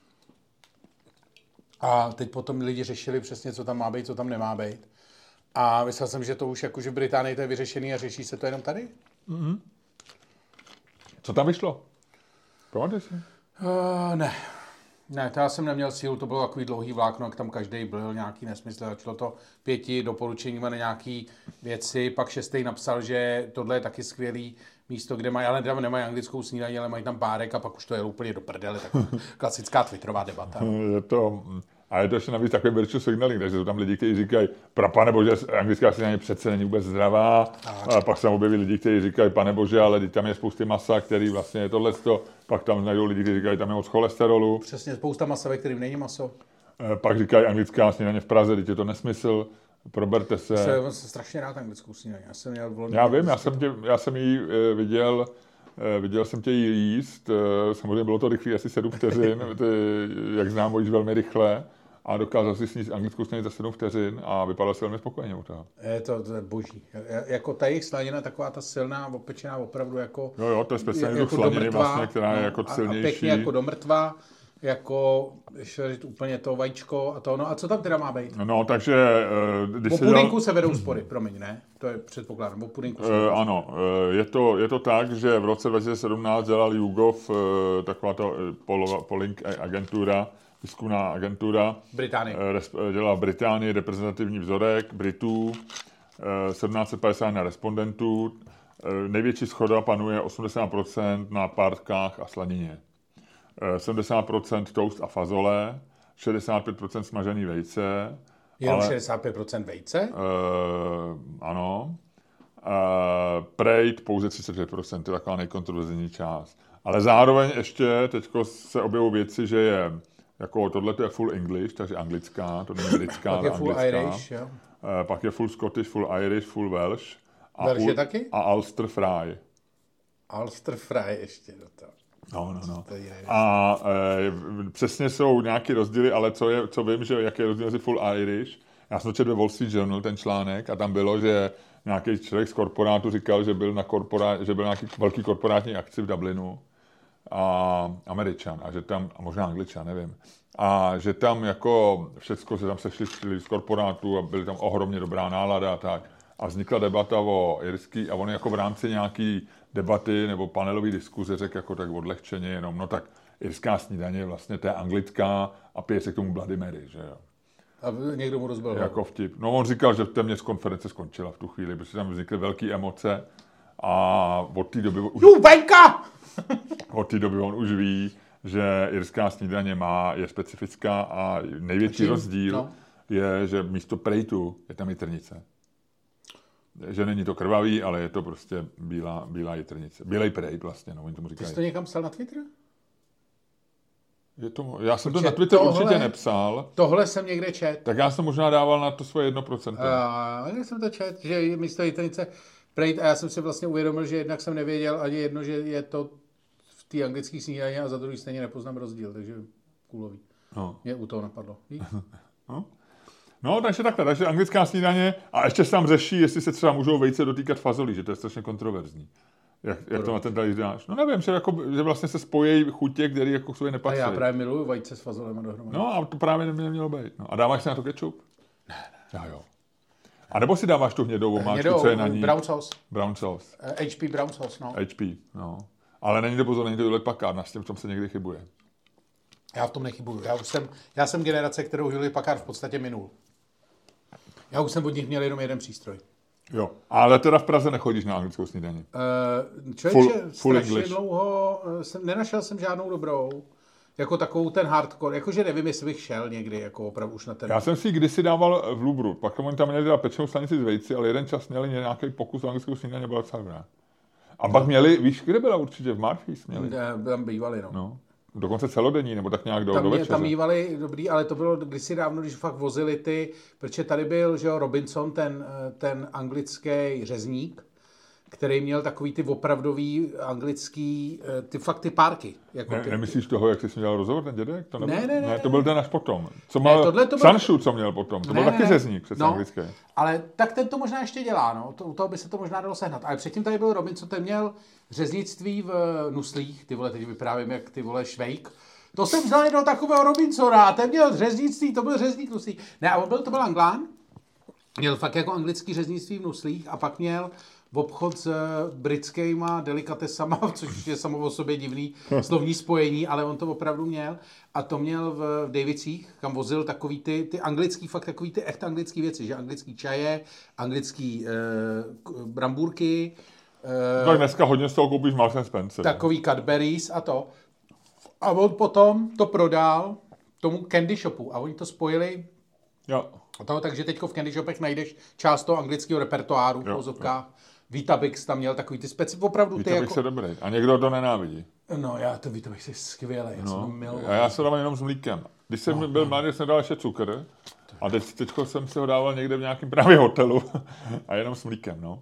A teď potom lidi řešili přesně, co tam má být, co tam nemá být. A myslel jsem, že to už jakože v Británii to je vyřešený a řeší se to jenom tady? Mm-hmm. Co tam vyšlo? Pamatuješ si? Uh, ne. Ne, to já jsem neměl sílu, to bylo takový dlouhý vlákno, jak tam každý byl nějaký nesmysl. Začalo to pěti doporučeníma na nějaký věci, pak šestý napsal, že tohle je taky skvělý místo, kde mají, ale tam nemají anglickou snídaní, ale mají tam párek a pak už to je úplně do prdele, tak klasická twitterová debata. Je to, a je to ještě navíc takový virtual signaling, takže jsou tam lidi, kteří říkají, pra pane bože, anglická snídaně přece není vůbec zdravá, a pak se tam objeví lidi, kteří říkají, pane bože, ale tam je spousty masa, který vlastně je tohleto, pak tam najdou lidi, kteří říkají, tam je moc cholesterolu. Přesně, spousta masa, ve kterým není maso. Pak říkají, anglická snídaně v Praze, teď je to nesmysl. Proberte se. Jsem strašně rád anglickou snídaní. Já jsem měl volný. Já vím, já jsem, tě, já jsem jí viděl, viděl jsem tě jí jíst, samozřejmě bylo to rychlé, asi sedm vteřin, ty, jak znám, jíš velmi rychle a dokázal si sníst anglickou snídaní za sedm vteřin a vypadal si velmi spokojeně u toho. Je to, to je boží. Jako ta jejich slanina, taková ta silná, opečená opravdu jako... Jo, jo, to je speciální druh slaniny vlastně, která je jako silnější. A pěkně jako do mrtva. Jako, ještě říct úplně to vajíčko a to, no a co tam teda má být? No, takže... Když o pudinku dělal... se vedou spory, promiň, ne? To je předpokládám, o pudinku se vedou. Ano, je to, je to tak, že v roce dva tisíce sedmnáct dělal YouGov, taková ta polling agentura, výzkumná agentura. Británie. Dělala v Británii reprezentativní vzorek Britů, sedmnáct set padesát respondentů. Největší shoda panuje osmdesát procent na párkách a slanině. sedmdesát procent toast a fazole, šedesát pět procent smažený vejce. Jenom ale, šedesát pět procent vejce? Uh, ano. Uh, Prejt pouze třicet pět procent, to je taková nejkontroverzní část. Ale zároveň ještě teďko se objevují věci, že je jako tohle to je full English, takže anglická, to není britská, pak je full anglická. Irish, jo. Pak je full Scottish, full Irish, full Welsh. A Welsh je taky? A Ulster Fry. Ulster Fry ještě do toho. No, no, no. A e, přesně jsou nějaké rozdíly, ale co, je, co vím, že jaký je rozdíl mezi full Irish. Já jsem četl ve Wall Street Journal ten článek a tam bylo, že nějaký člověk z korporátu říkal, že byl na korporát, že byl nějaký velký korporátní akci v Dublinu a Američan a že tam, a možná Angličan, nevím. A že tam jako všecko, že tam se šli z korporátu a byly tam ohromně dobrá nálada a tak. A vznikla debata o irský a on jako v rámci nějaký debaty nebo panelové diskuze řekl jako tak odlehčeně jenom, no tak irská snídaně vlastně to je anglická a pije se k tomu Bloody Mary, že jo. A někdo mu rozbil. Jako vtip. No on říkal, že téměř konference skončila v tu chvíli, protože tam vznikly velké emoce a od té doby... Už, Juvenka! od té doby on už ví, že irská snídaně má, je specifická a největší Čím? rozdíl no. je, že místo prejtu je tam jitrnice. Že není to krvavý, ale je to prostě bílá, bílá jitrnice. Bílej prejt vlastně, no, oni tomu říkají. Ty jsi to někam psal na Twitter? Je to, já jsem Určitě to na Twitter tohle, určitě nepsal. Tohle jsem někde čet. Tak já jsem možná dával na to svoje jedno procento. A někde jsem to čet, že místo jitrnice prejt a já jsem si vlastně uvědomil, že jednak jsem nevěděl ani jedno, že je to v té anglické snídaně a za druhý stejně nepoznám rozdíl, takže kůlový. No. Mě u toho napadlo. no. no, takže takhle, takže anglická snídaně a ještě se tam řeší, jestli se třeba můžou vejce dotýkat fazolí, že to je strašně kontroverzní. Jak, jak to na ten talíř dáš? No nevím, že, jako, že vlastně se spojí chutě, které jako k sobě nepatří. A já právě miluju vejce s fazolema dohromady. No a to právě nemělo být. No. A dáváš si na to ketchup? Ne, ne. Já jo. A nebo si dáváš tu hnědou omáčku, co je na ní? Brown sauce. Brown sauce. Uh, H P brown sauce, no. H P, no. Ale není to pozor, není to Hewlett Packard, na s tím, v tom se někdy chybuje. Já v tom nechybuju. Já už jsem, já jsem generace, kterou Hewlett Packard v podstatě minul. Já už jsem od nich měl jenom jeden přístroj. Jo, ale teda v Praze nechodíš na anglickou snídaní. Uh, člověče, strašně dlouho jsem, nenašel jsem žádnou dobrou. Jako takovou ten hardcore. Jakože nevím, jestli bych šel někdy, jako opravdu už na ten... Já jsem si kdysi dával v Louvru, pak oni tam měli teda pečenou stanici z vejci, ale jeden čas měli nějaký pokus o anglickou snídaní, byla docela dobrá. A no. pak měli, víš, kde byla určitě? V Murphys měli. Tam bývali, no. no. Dokonce celodenní, nebo tak nějak do, tam, do večeře. Tam mývali dobrý, ale to bylo kdysi dávno, když fakt vozili ty, protože tady byl, že jo, Robinson, ten, ten anglický řezník, který měl takový ty opravdový anglický, ty fakt ty párky. Jako ne, ty, nemyslíš toho, jak jsi měl rozhovor, ten dědek? To ne, ne, ne, ne. To byl ten až potom. Co mal ne, to Sanšu, co měl potom. To ne, byl taky ne, řezník, přece no, anglický. Ale tak ten to možná ještě dělá, no. To, u toho by se to možná dalo sehnat. Ale předtím tady byl Robinson, ten měl řeznictví v Nuslích. Ty vole, teď vyprávím, jak ty vole Švejk. To jsem znal jednoho takového Robinsona, ten měl řeznictví, to byl řezník v Nuslích. Ne, a on byl, to byl Anglán, měl fakt jako anglický řeznictví v Nuslích a pak měl v obchod s britskýma delikatesama, což je samo o sobě divný slovní spojení, ale on to opravdu měl. A to měl v Davicích, kam vozil takový ty, ty anglický, fakt takový ty echt anglický věci, že anglický čaje, anglický eh, brambůrky. Eh, tak dneska hodně z toho koupíš Marks and Spencer. Takový Cadbury's a to. A on potom to prodal tomu candy shopu a oni to spojili. Jo. Toho, takže teďko v candy shopech najdeš část toho anglického repertoáru v pozovkách. Weetabix tam měl takový ty speci, opravdu ty Weetabix jako... je dobrý. A někdo to nenávidí. No já to Weetabix je skvělý, já no. jsem miloval. A já se dávám jenom s mlíkem. Když jsem no, byl no. mladý, jsem dal ještě cukr. A teď, teďko jsem si ho dával někde v nějakém právě hotelu. A jenom s mlíkem, no.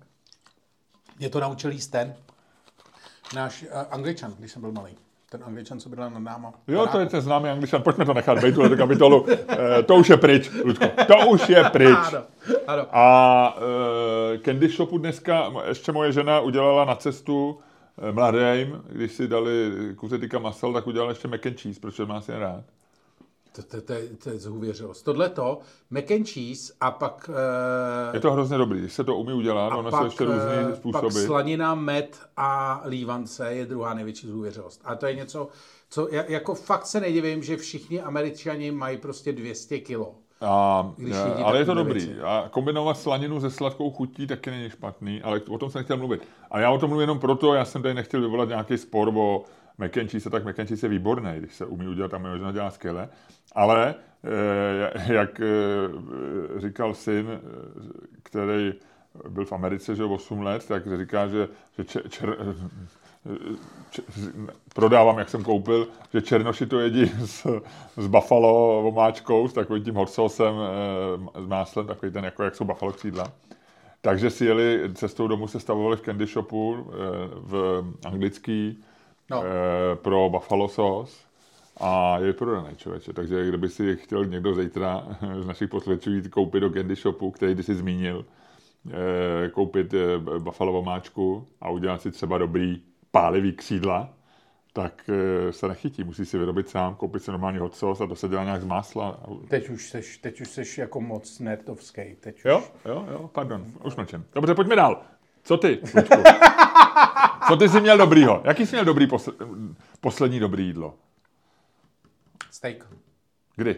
Mě to naučil jíst ten náš uh, Angličan, když jsem byl malý. Ten Angličan, co byl nad náma. Jo, to je ten známý Angličan. Pojďme to nechat bejt, tuhle kapitolu. E, to už je pryč, Ludko. To už je pryč. Ano, ano. A e, candy shopu dneska ještě moje žena udělala na cestu e, mladým, když si dali kuřetika masel, tak udělala ještě mac and cheese, protože má si rád. To, to, to, to je zhůvěřilost. Tohleto, mac and cheese a pak... E, je to hrozně dobrý, když se to umí udělat, ono se ještě různý způsoby. Pak slanina, med a lívance je druhá největší zhůvěřilost. A to je něco, co jako fakt se nedivím, že všichni Američani mají prostě dvě stě kilo. A, ale je to dobrý. Věci. A kombinovat slaninu se sladkou chutí taky není špatný, ale o tom jsem nechtěl mluvit. A já o tom mluvím jenom proto, já jsem tady nechtěl vyvolat nějaký spor o mac and cheese, tak mac and cheese je výborný, když se umí udělat, a moje žena dělá skvěle. Ale, jak říkal syn, který byl v Americe, že osm let, tak říká, že, že čer, čer, čer, prodávám, jak jsem koupil, že černoši to jedí s, s buffalo omáčkou, s takovým tím hot saucem, s máslem, takový ten, jako jak jsou buffalo křídla. Takže si jeli cestou domů, se stavovali v candy shopu v anglický no. pro buffalo sauce a je prodaný, člověče. Takže kdyby si chtěl někdo zítra z našich posluchačů jít koupit do candy shopu, který ty jsi zmínil, koupit buffalo omáčku a udělat si třeba dobrý pálivý křídla, tak se nechytí. Musí si vyrobit sám, koupit si normální hot sauce a to se dělá nějak z másla. Teď už seš, teď už seš jako moc nerdovský. Teď už... Jo, jo, jo, pardon, už mlčím. Dobře, pojďme dál. Co ty, Lučku? Co ty jsi měl dobrýho? Jaký jsi měl dobrý posle... poslední dobrý jídlo? Steak. Kdy?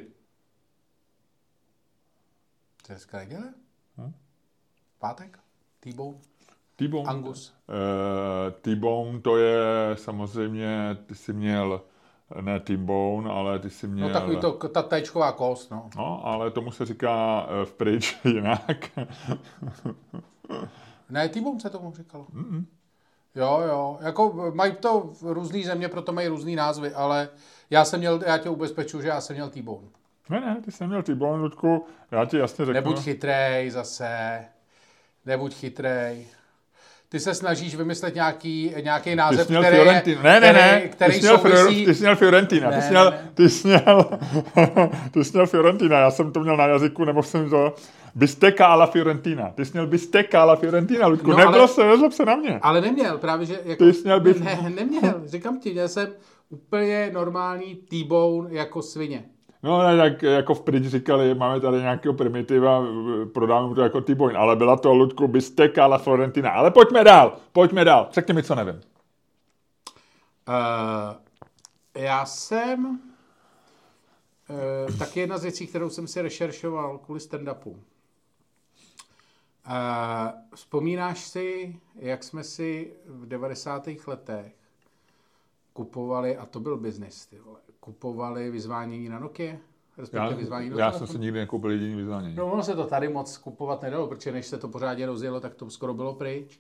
To je dneska neděle? Hm? Pátek? T-bone? T-bone. Angus. Uh, T-bone to je samozřejmě, ty jsi měl, ne T-bone, ale ty jsi měl... No takový to, ta téčková kost, no. No, ale tomu se říká v pryč jinak. Ne, T-bone se tomu říkalo. Mm-mm. Jo, jo, jako mají to různý země, proto mají různý názvy, ale já jsem měl, já tě ubezpečuju, že já jsem měl T-bone. Ne, ne, ty jsi měl T-bone, Ludku, já ti jasně řeknu. Nebuď chytrej zase, nebuď chytrej. Ty se snažíš vymyslet nějaký, nějaký název, který Fiorentina. je, ne, ne, ne, který, který ty jsi měl, souvisí... Ty jsi měl Fiorentina, ne, ty, jsi měl, ne, ne. ty, jsi měl, ty jsi měl Fiorentina, já jsem to měl na jazyku, nebo jsem to... Bistecca alla Fiorentina. Ty jsi měl bistecca alla Fiorentina, Ludku. No, nebylo se, nezlob se na mě. Ale neměl, právě, že... Jako, ty jsi měl bif... Ne, neměl, říkám ti, já jsem úplně normální T-bone jako svině. No, tak jako v pryč říkali, máme tady nějakého primitiva, prodáme mu to jako T-bone, ale byla to, Ludku, bistecca alla Fiorentina. Ale pojďme dál, pojďme dál. Řekni mi, co nevím. Uh, já jsem... Uh, taky jedna z věcí, kterou jsem si rešeršoval kvůli stand-upu. Uh, vzpomínáš si, jak jsme si v devadesátých letech kupovali, a to byl biznis, ty vole, kupovali vyzvánění na Nokia? Já, vyzvání já jsem si nikdy nekoupil jediný vyzvánění. No, ono se to tady moc kupovat nedalo, protože než se to pořádně rozjelo, tak to skoro bylo pryč.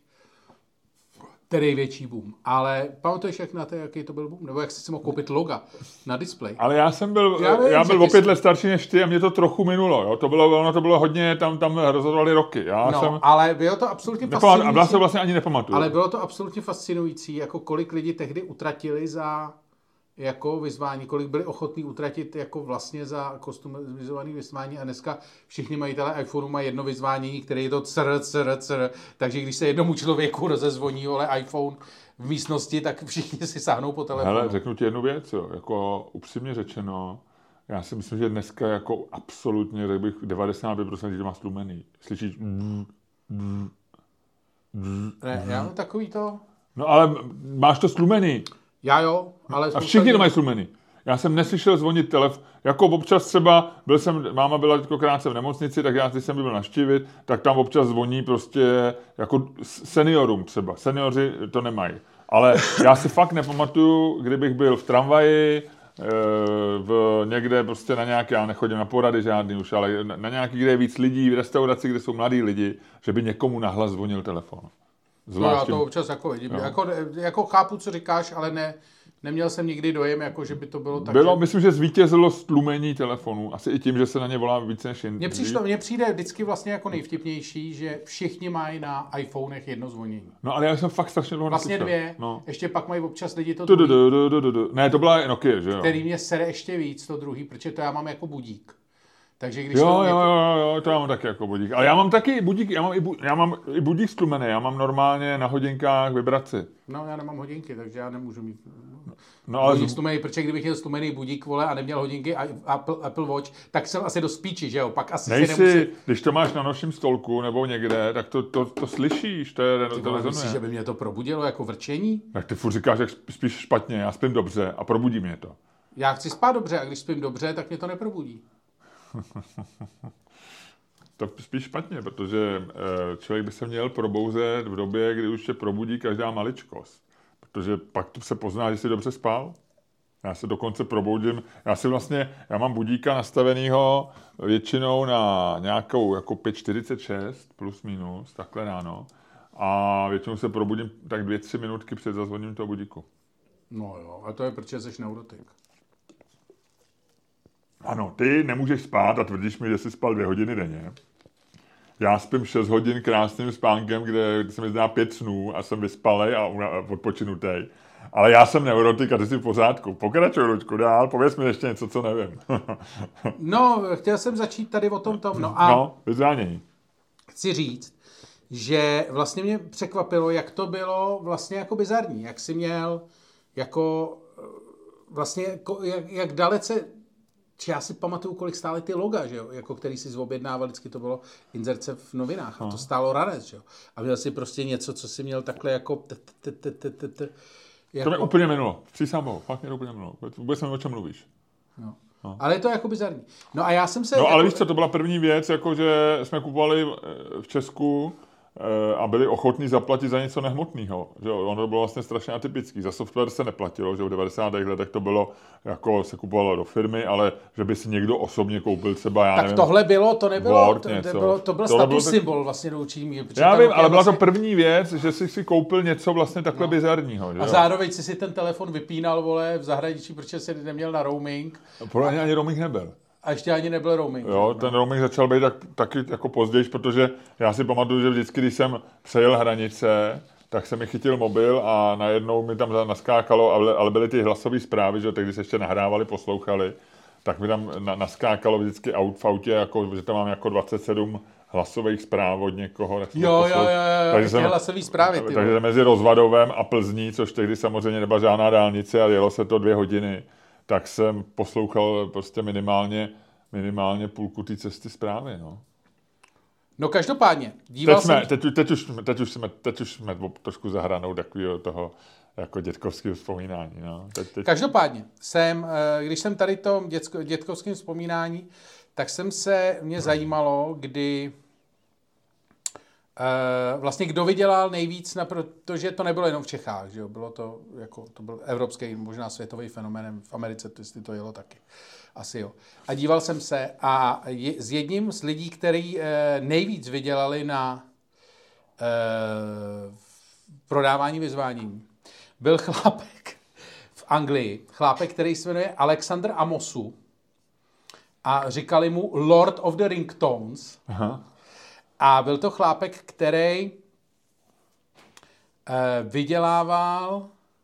Tedy větší boom. Ale pamatuješ, jak na to, jaký to byl boom? Nebo jak jsi si mohl koupit loga na displej? Ale já jsem byl, já, vím, já byl o pět let starší než ty a mě to trochu minulo. Jo? To bylo, ono to bylo hodně, tam, tam rozhodovali roky. Já no, jsem, ale bylo to absolutně fascinující. A byla se vlastně ani nepamatuju. Ale bylo to absolutně fascinující, jako kolik lidí tehdy utratili za jako vyzvání, kolik byli ochotní utratit jako vlastně za customizovaný vyzvání a dneska všichni majitelé iPhoneu mají jedno vyzvánění, které je to cr, cr, cr, takže když se jednomu člověku rozezvoní vole iPhone v místnosti, tak všichni si sáhnou po telefonu. Hele, řeknu ti jednu věc, jo, jako upřímně řečeno, já si myslím, že dneska jako absolutně, řekl bych, devadesát pět procent lidí má stlumený. Slyšíš? Mm, mm, mm, ne, já mám takový to... No ale máš to stlumený. Já jo, ale... A všichni to mají slumený. Já jsem neslyšel zvonit telefon. Jako občas třeba, byl jsem, máma byla teďko krátce v nemocnici, tak já, když jsem byl navštívit, tak tam občas zvoní prostě jako seniorům třeba. Seniori to nemají. Ale já si fakt nepamatuju, kdybych byl v tramvaji, v někde prostě na nějaké, já nechodím na porady žádný už, ale na nějaký, kde je víc lidí, v restauraci, kde jsou mladí lidi, že by někomu nahlas zvonil telefon. Zvláště... No já to občas jako vidím. No. Jako, jako chápu, co říkáš, ale ne, neměl jsem nikdy dojem, jako, že by to bylo tak. Bylo, že... myslím, že zvítězilo stlumení telefonů. Asi i tím, že se na ně volá více než jiný. Mně přišlo, mně přijde vždycky vlastně jako nejvtipnější, že všichni mají na iPhonech jedno zvonění. No ale já jsem fakt strašně dlouho Vlastně dvě. No. Ještě pak mají občas lidi to druhý. Ne, to byla Nokia, že jo? Který mě sere ještě víc, to druhý, protože to já mám jako budík. Takže když jo, to jo, jako... jo, jo, to já mám taky jako budík. Ale já mám taky budík, já mám i, bu, já mám i budík stlumený, já mám normálně na hodinkách vibraci. No, já nemám hodinky, takže já nemůžu mít no, ale budík stlumený, protože kdybych měl stlumený budík, vole, a neměl hodinky a Apple, Apple Watch, tak jsem asi dost píči, že jo? Pak asi nejsi, si nemusí... Když to máš na nočním stolku nebo někde, tak to, to, to slyšíš, to je Ty vole, myslíš, že by mě to probudilo jako vrčení? Tak ty furt říkáš, že spíš špatně, já spím dobře a probudí mě to. Já chci spát dobře a když spím dobře, tak mě to neprobudí. To spíš špatně, protože člověk by se měl probouzet v době, kdy už se probudí každá maličkost. Protože pak se pozná, že jsi dobře spal. Já se dokonce proboudím, já si vlastně, já mám budíka nastavenýho většinou na nějakou jako pět čtyřicet šest plus minus, takhle ráno. A většinou se probudím tak dvě, tři minutky před zazvoním toho budíku. No jo, a to je, protože jsi neurotik. Ano, ty nemůžeš spát a tvrdíš mi, že jsi spal dvě hodiny denně. Já spím šest hodin krásným spánkem, kde se mi zdá pět snů a jsem vyspalej a odpočinutej. Ale já jsem neurotik a ty jsi v pořádku. Pokračuj, Luďku, dál, pověz mi ještě něco, co nevím. No, chtěl jsem začít tady o tom tom. No a no, vyzvánění. Chci říct, že vlastně mě překvapilo, jak to bylo vlastně jako bizarní. Jak jsi měl jako vlastně, jak, jak dalece, či já si pamatuju, kolik stály ty loga, že jo, jako který si zobjednával, vždycky to bylo inzerce v novinách a to stálo ranec, že jo. A měl si prostě něco, co si měl takhle jako to mě úplně minulo. Přísám bohu, fakt mě úplně minulo. Vůbec nevím, o čem mluvíš. No. No. Ale je to jako bizarní. No a já jsem se... No jako... ale víš co, to byla první věc, jako že jsme kupovali v Česku a byli ochotní zaplatit za něco nehmotného. Že ono bylo vlastně strašně atypický. Za software se neplatilo, že v devadesátých letech to bylo, jako se kupovalo do firmy, ale že by si někdo osobně koupil třeba, já tak nevím, tohle bylo, to nebylo, Word, to, něco. to, bylo, to byl Tohle status bylo symbol vlastně do určitý míry. Já vím, ale byla vlastně... to první věc, že jsi si koupil něco vlastně takhle no. bizarního. Že a zároveň si si ten telefon vypínal, vole, v zahraničí, protože jsi neměl na roaming. Podle mě ani roaming nebyl. A ještě ani nebyl roaming. Jo, ten roaming začal být tak, taky jako později, protože já si pamatuju, že vždycky, když jsem přejel hranice, tak se mi chytil mobil a najednou mi tam naskákalo, ale, ale byly ty hlasové zprávy, že tehdy se ještě nahrávali, poslouchali, tak mi tam naskákalo vždycky aut v autě, jako, že tam mám jako dvacet sedm hlasových zpráv od někoho. Jo, jo, jo, jo, takže jsem, hlasový zprávy. Ty takže mezi Rozvadovem a Plzní, což tehdy samozřejmě nebyla žádná dálnice a jelo se to dvě hodiny, tak jsem poslouchal prostě minimálně, minimálně půlku té cesty zprávy, no. No každopádně. Díval teď, jsme, jsem... teď, teď, už, teď, už jsme, teď už jsme trošku za hranou takového toho jako dětkovského vzpomínání, no. Teď, teď... Každopádně jsem, když jsem tady to dětko, dětkovském vzpomínání, tak jsem se, mě zajímalo, kdy Uh, vlastně kdo vydělal nejvíc, na, protože to nebylo jenom v Čechách, že jo? Bylo to, jako, to byl evropský, možná světový fenomén, v Americe to, jestli to jelo taky. Asi jo. A díval jsem se a je, s jedním z lidí, který uh, nejvíc vydělali na uh, prodávání vyzvánění, byl chlápek v Anglii, chlápek, který se jmenuje Alexander Amosu a říkali mu Lord of the Ringtones. Aha. A byl to chlápek, který uh, vydělával,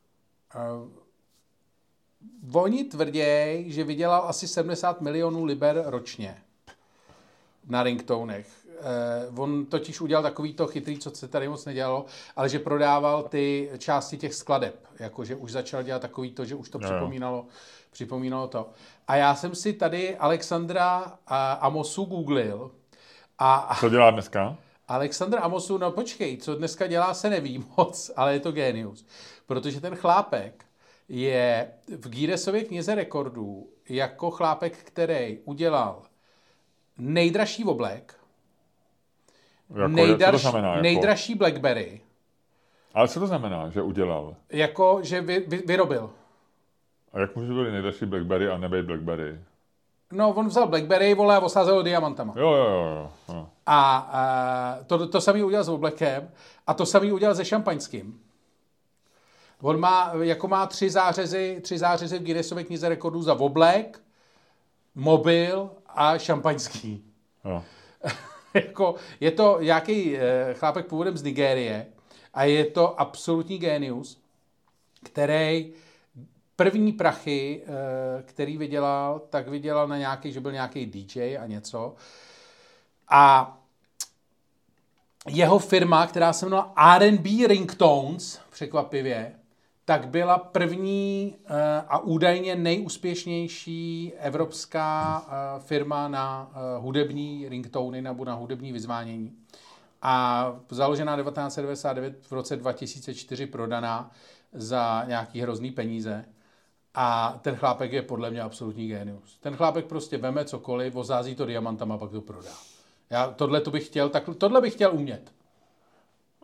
uh, oni tvrděj, že vydělal asi sedmdesát milionů liber ročně na ringtonech. Uh, on totiž udělal takový to chytrý, co se tady moc nedělalo, ale že prodával ty části těch skladeb, jakože už začal dělat takový to, že už to no. připomínalo, připomínalo to. A já jsem si tady Alexandra uh, Amosu googlil. A co dělá dneska? Alexander Amosu, no počkej, co dneska dělá, se neví moc, ale je to génius. Protože ten chlápek je v Guinnessově knize rekordů jako chlápek, který udělal nejdražší oblek, jako, nejdraž, co to znamená, jako? nejdražší Blackberry. Ale co to znamená, že udělal? Jako, že vy, vy, vyrobil. A jak může být nejdražší Blackberry a nebejt Blackberry? No, on vzal Blackberry, vole, a osázel ho diamantama. Jo, jo, jo. jo. A, a to, to samý udělal s oblekem a to samý udělal se šampaňským. On má, jako má tři zářezy, tři zářezy v Guinnessově knize rekordů za oblek, mobil a šampaňský. Jo. Jako, je to nějaký e, chlápek původem z Nigérie a je to absolutní génius, který první prachy, který vydělal, tak vydělal na nějaký, že byl nějaký D J a něco. A jeho firma, která se jmenovala R and B Ringtones, překvapivě, tak byla první a údajně nejúspěšnější evropská firma na hudební ringtony nebo na hudební vyzvánění. A založená devatenáct set devadesát devět, v roce dva tisíce čtyři prodaná za nějaký hrozný peníze. A ten chlápek je podle mě absolutní génius. Ten chlápek prostě veme cokoliv, ozází to diamantama a pak to prodá. Já tohle to bych chtěl, tak tohle bych chtěl umět.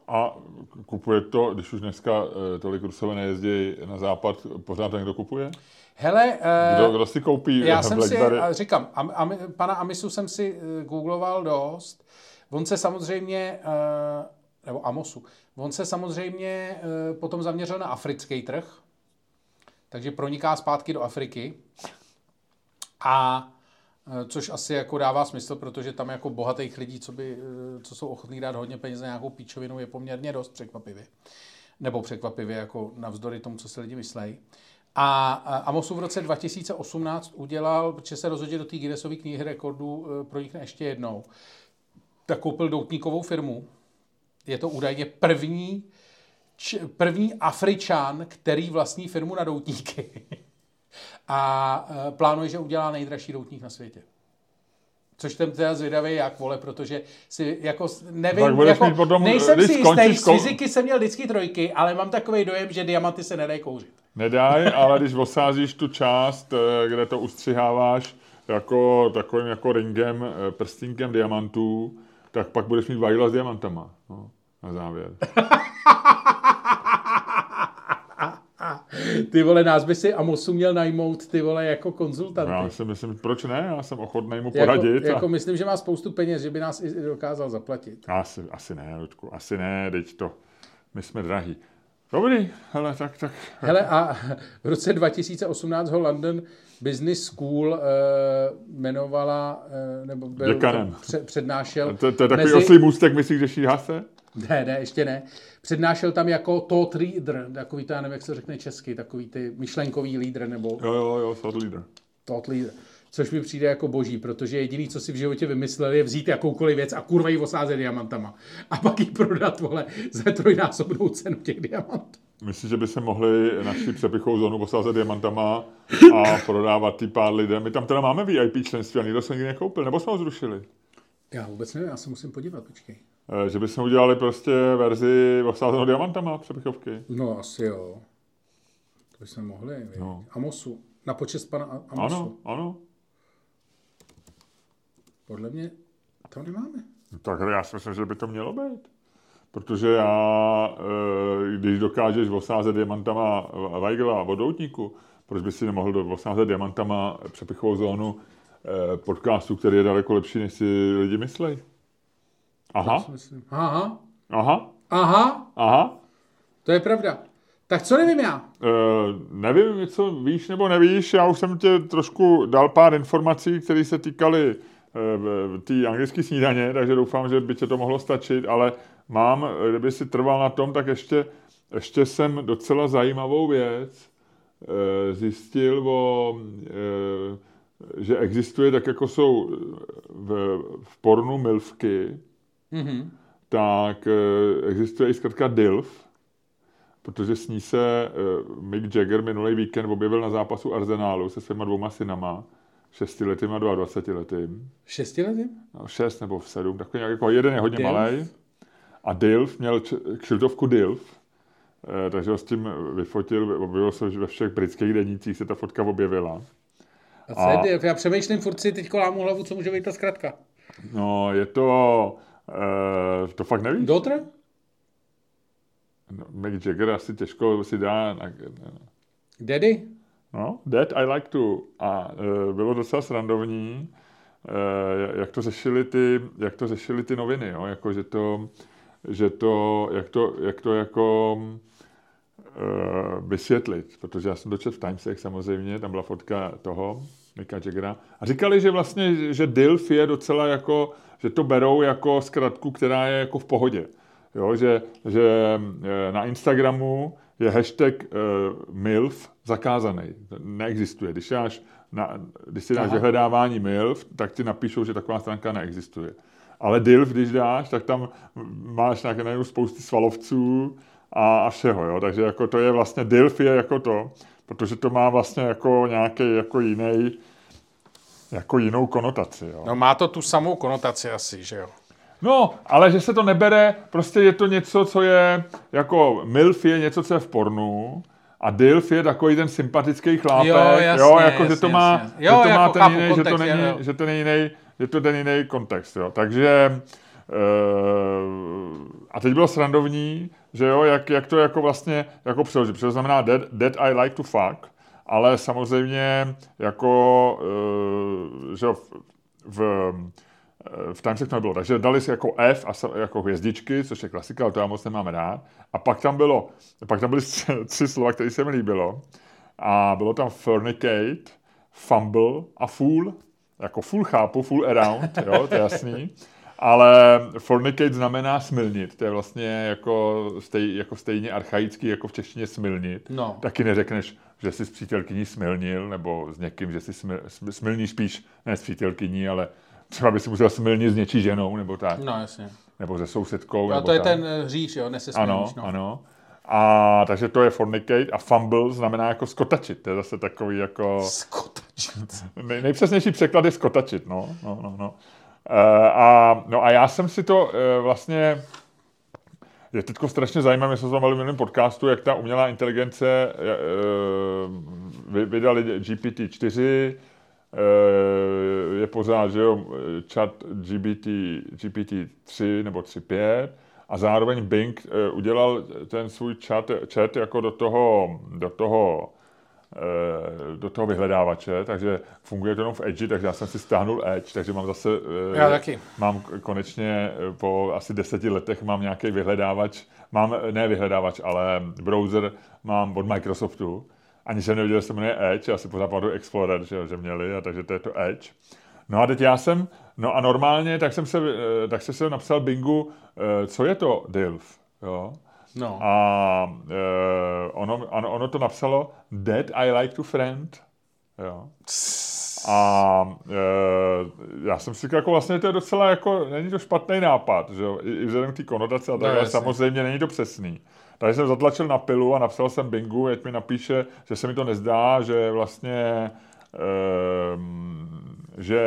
A kupuje to, když už dneska tolik Rusové nejezdí na západ, pořád to někdo kupuje? Hele, kdo, kdo si koupí já jsem Blackberry? si, říkám, am, am, pana Amisu jsem si googloval dost. On se samozřejmě, nebo Amosu, on se samozřejmě potom zaměřil na africký trh, takže proniká zpátky do Afriky. A což asi jako dává smysl, protože tam jako bohatých lidí, co, by, co jsou ochotní dát hodně peněz na nějakou píčovinu, je poměrně dost překvapivě. Nebo překvapivě, jako navzdory tomu, co si lidi myslejí. A Amosu v roce dva tisíce osmnáct udělal, protože se rozhodně do té Guinnessovy knihy rekordů pronikne ještě jednou, tak koupil doutníkovou firmu. Je to údajně první, č, první Afričan, který vlastní firmu na doutníky. A plánuje, že udělá nejdražší doutník na světě. Což jsem teda zvědavý jak, vole, protože si jako nevím, jako, potom, nejsem si jistý, z fyziky jsem měl vždycky trojky, ale mám takový dojem, že diamanty se nedají kouřit. Nedají, ale když osázíš tu část, kde to ustřiháváš jako takovým jako ringem, prstínkem diamantů, tak pak budeš mít vajla s diamantama. No, na závěr. Ty vole, nás by si Amosu měl najmout, ty vole, jako konzultanty. Já si myslím, proč ne? Já jsem ochotný mu poradit. Jako, a... jako myslím, že má spoustu peněz, že by nás i dokázal zaplatit. Asi, asi ne, Ludku, asi ne, teď to, my jsme drahí. Dobrý, hele, tak, tak. Hele, a v roce dva tisíce osmnáct ho London Business School uh, jmenovala, uh, nebo byl děkanem. Před, přednášel. To, to je takový mezi... oslý můstek, myslíš, že šíhá se? Ne, ne, ještě ne. Přednášel tam jako thought leader, takový to, já nevím, jak se řekne česky, takový ty myšlenkový lídr, nebo... Jo, jo, jo, thought leader. Thought leader. Což mi přijde jako boží, protože jediný, co si v životě vymysleli, je vzít jakoukoliv věc a kurva ji osázet diamantama. A pak ji prodat, vole, za trojnásobnou cenu těch diamantů. Myslíš, že by se mohli naši přepichou zónu osázet diamantama a prodávat ty pár lidem? My tam teda máme V I P členství a nikdo se nikdy nekoupil, nebo jsme ho zrušili? Já vůbec nevím, já se musím podívat, počkej. Že bychom udělali prostě verzi osázenou diamantama přepichovky. No asi jo. To bychom mohli. No. Amosu. Na počest pana Amosu. Ano, ano. Podle mě to nemáme. Tak já si myslím, že by to mělo být. Protože já, když dokážeš osázet diamantama Weigela od doutníku, proč by si nemohl osázet diamantama přepichovou zónu podcastu, který je daleko lepší, než si lidi myslej. Aha. Aha. Aha. Aha. Aha. To je pravda. Tak co nevím já? Uh, nevím, co víš nebo nevíš. Já už jsem tě trošku dal pár informací, které se týkaly uh, té anglické snídaně, takže doufám, že by tě to mohlo stačit, ale mám, kdyby si trval na tom, tak ještě, ještě jsem docela zajímavou věc uh, zjistil o... Uh, že existuje, tak jako jsou v, v pornu milfky, mm-hmm. tak existuje i zkrátka DILF, protože s ní se Mick Jagger minulý víkend objevil na zápasu Arsenálu se svýma dvouma synama, šestiletým a dvacetiletým. Šestiletým? No, šest nebo sedm, takový nějak jako jeden je hodně malej. A DILF měl kšiltovku DILF, takže ho s tím vyfotil, objevil se ve všech britských denících, se ta fotka objevila. A co je DILF? Já přemýšlím, furt si teď lámu hlavu, co může být ta zkratka. No, je to... Uh, to fakt nevíš? Daughter? No, Mick Jagger asi těžko si dá... Na, Daddy? No, Dad, I like to. A uh, bylo docela srandovní, uh, jak to řešili ty, jak to řešili ty noviny, jo? Jako, že to, že to, jak to, jak to jako uh, vysvětlit, protože já jsem dočet v Timesech samozřejmě, tam byla fotka toho, Micka Jaggera, a říkali, že vlastně, že DILF je docela jako, že to berou jako zkratku, která je jako v pohodě. Jo, že, že na Instagramu je hashtag uh, MILF zakázaný. Neexistuje. Když, jáš na, když si dáš vyhledávání MILF, tak ti napíšou, že taková stránka neexistuje. Ale DILF, když dáš, tak tam máš nějaké spousty svalovců a, a všeho. Jo? Takže jako to je vlastně, DILF je jako to, protože to má vlastně jako nějaký jako jiný, jako jinou konotaci. Jo? No má to tu samou konotaci asi, že jo? No, ale že se to nebere, prostě je to něco, co je, jako MILF je něco, co je v pornu a DILF je takový ten sympatický chlápek, jo, jasně, jo, jako, jasně, že to má, jasně. Jo, že to má jako ten jiný, kontext, že to není, jo. že ten jiný, že to ten jiný kontext, jo. Takže a teď bylo srandovní, že jo, jak, jak to jako vlastně jako přeložit. Protože to znamená that, that I like to fuck, ale samozřejmě jako, že v, v v Timesech to nebylo. Takže dali si jako F a jako hvězdičky, což je klasika, ale to já moc nemáme rád. A pak tam bylo, pak tam byly tři slova, které se mi líbilo. A bylo tam fornicate, fumble a fool. Jako fool chápu, fool around, jo, to je jasný. Ale fornicate znamená smilnit. To je vlastně jako, stej, jako stejně archaický, jako v češtině smilnit. No. Taky neřekneš, že jsi s přítelkyní smilnil, nebo s někým, že jsi smil, smilníš spíš, ne s přítelkyní, ale třeba by si musel smilnit s něčí ženou, nebo tak. No, jasně. Nebo se sousedkou. No, nebo to je tak. ten hříš, jo, nesesmilníš. Ano, no. ano. A takže to je fornicate a fumble znamená jako skotačit. To je zase takový jako... Skotačit. Nej, nejpřesnější překlad je skotačit, no. no, no, no. E, a, no a já jsem si to e, vlastně... Je teďko strašně zajímavé, my jsme se mluvili v minulém podcastu, jak ta umělá inteligence e, e, vydali G P T čtyři, je pořád, že jo, chat G P T, G P T tři nebo tři pět a zároveň Bing udělal ten svůj chat, chat jako do toho, do toho, do toho vyhledávače, takže funguje to jenom v Edge, takže já jsem si stáhnul Edge, takže mám zase, já taky. Mám konečně po asi deseti letech mám nějaký vyhledávač, mám, ne vyhledávač, ale browser mám od Microsoftu. Ani jsem nevěděl, že se jmenuje Edge, já si pořád pamatuju Explorer, že, že měli, a takže to je to Edge. No a teď já jsem, no a normálně, tak jsem se, tak jsem se napsal Bingu, co je to D I L F, jo? No. A eh, ono, ono, ono to napsalo That I like to friend, jo? A eh, já jsem si říkal, jako vlastně to je docela jako, není to špatný nápad, že jo? I, i vzhledem k té konotace a takhle, no, samozřejmě není to přesný. Takže jsem zatlačil na pilu a napsal jsem Bingu, ať mi napíše, že se mi to nezdá, že vlastně, e, že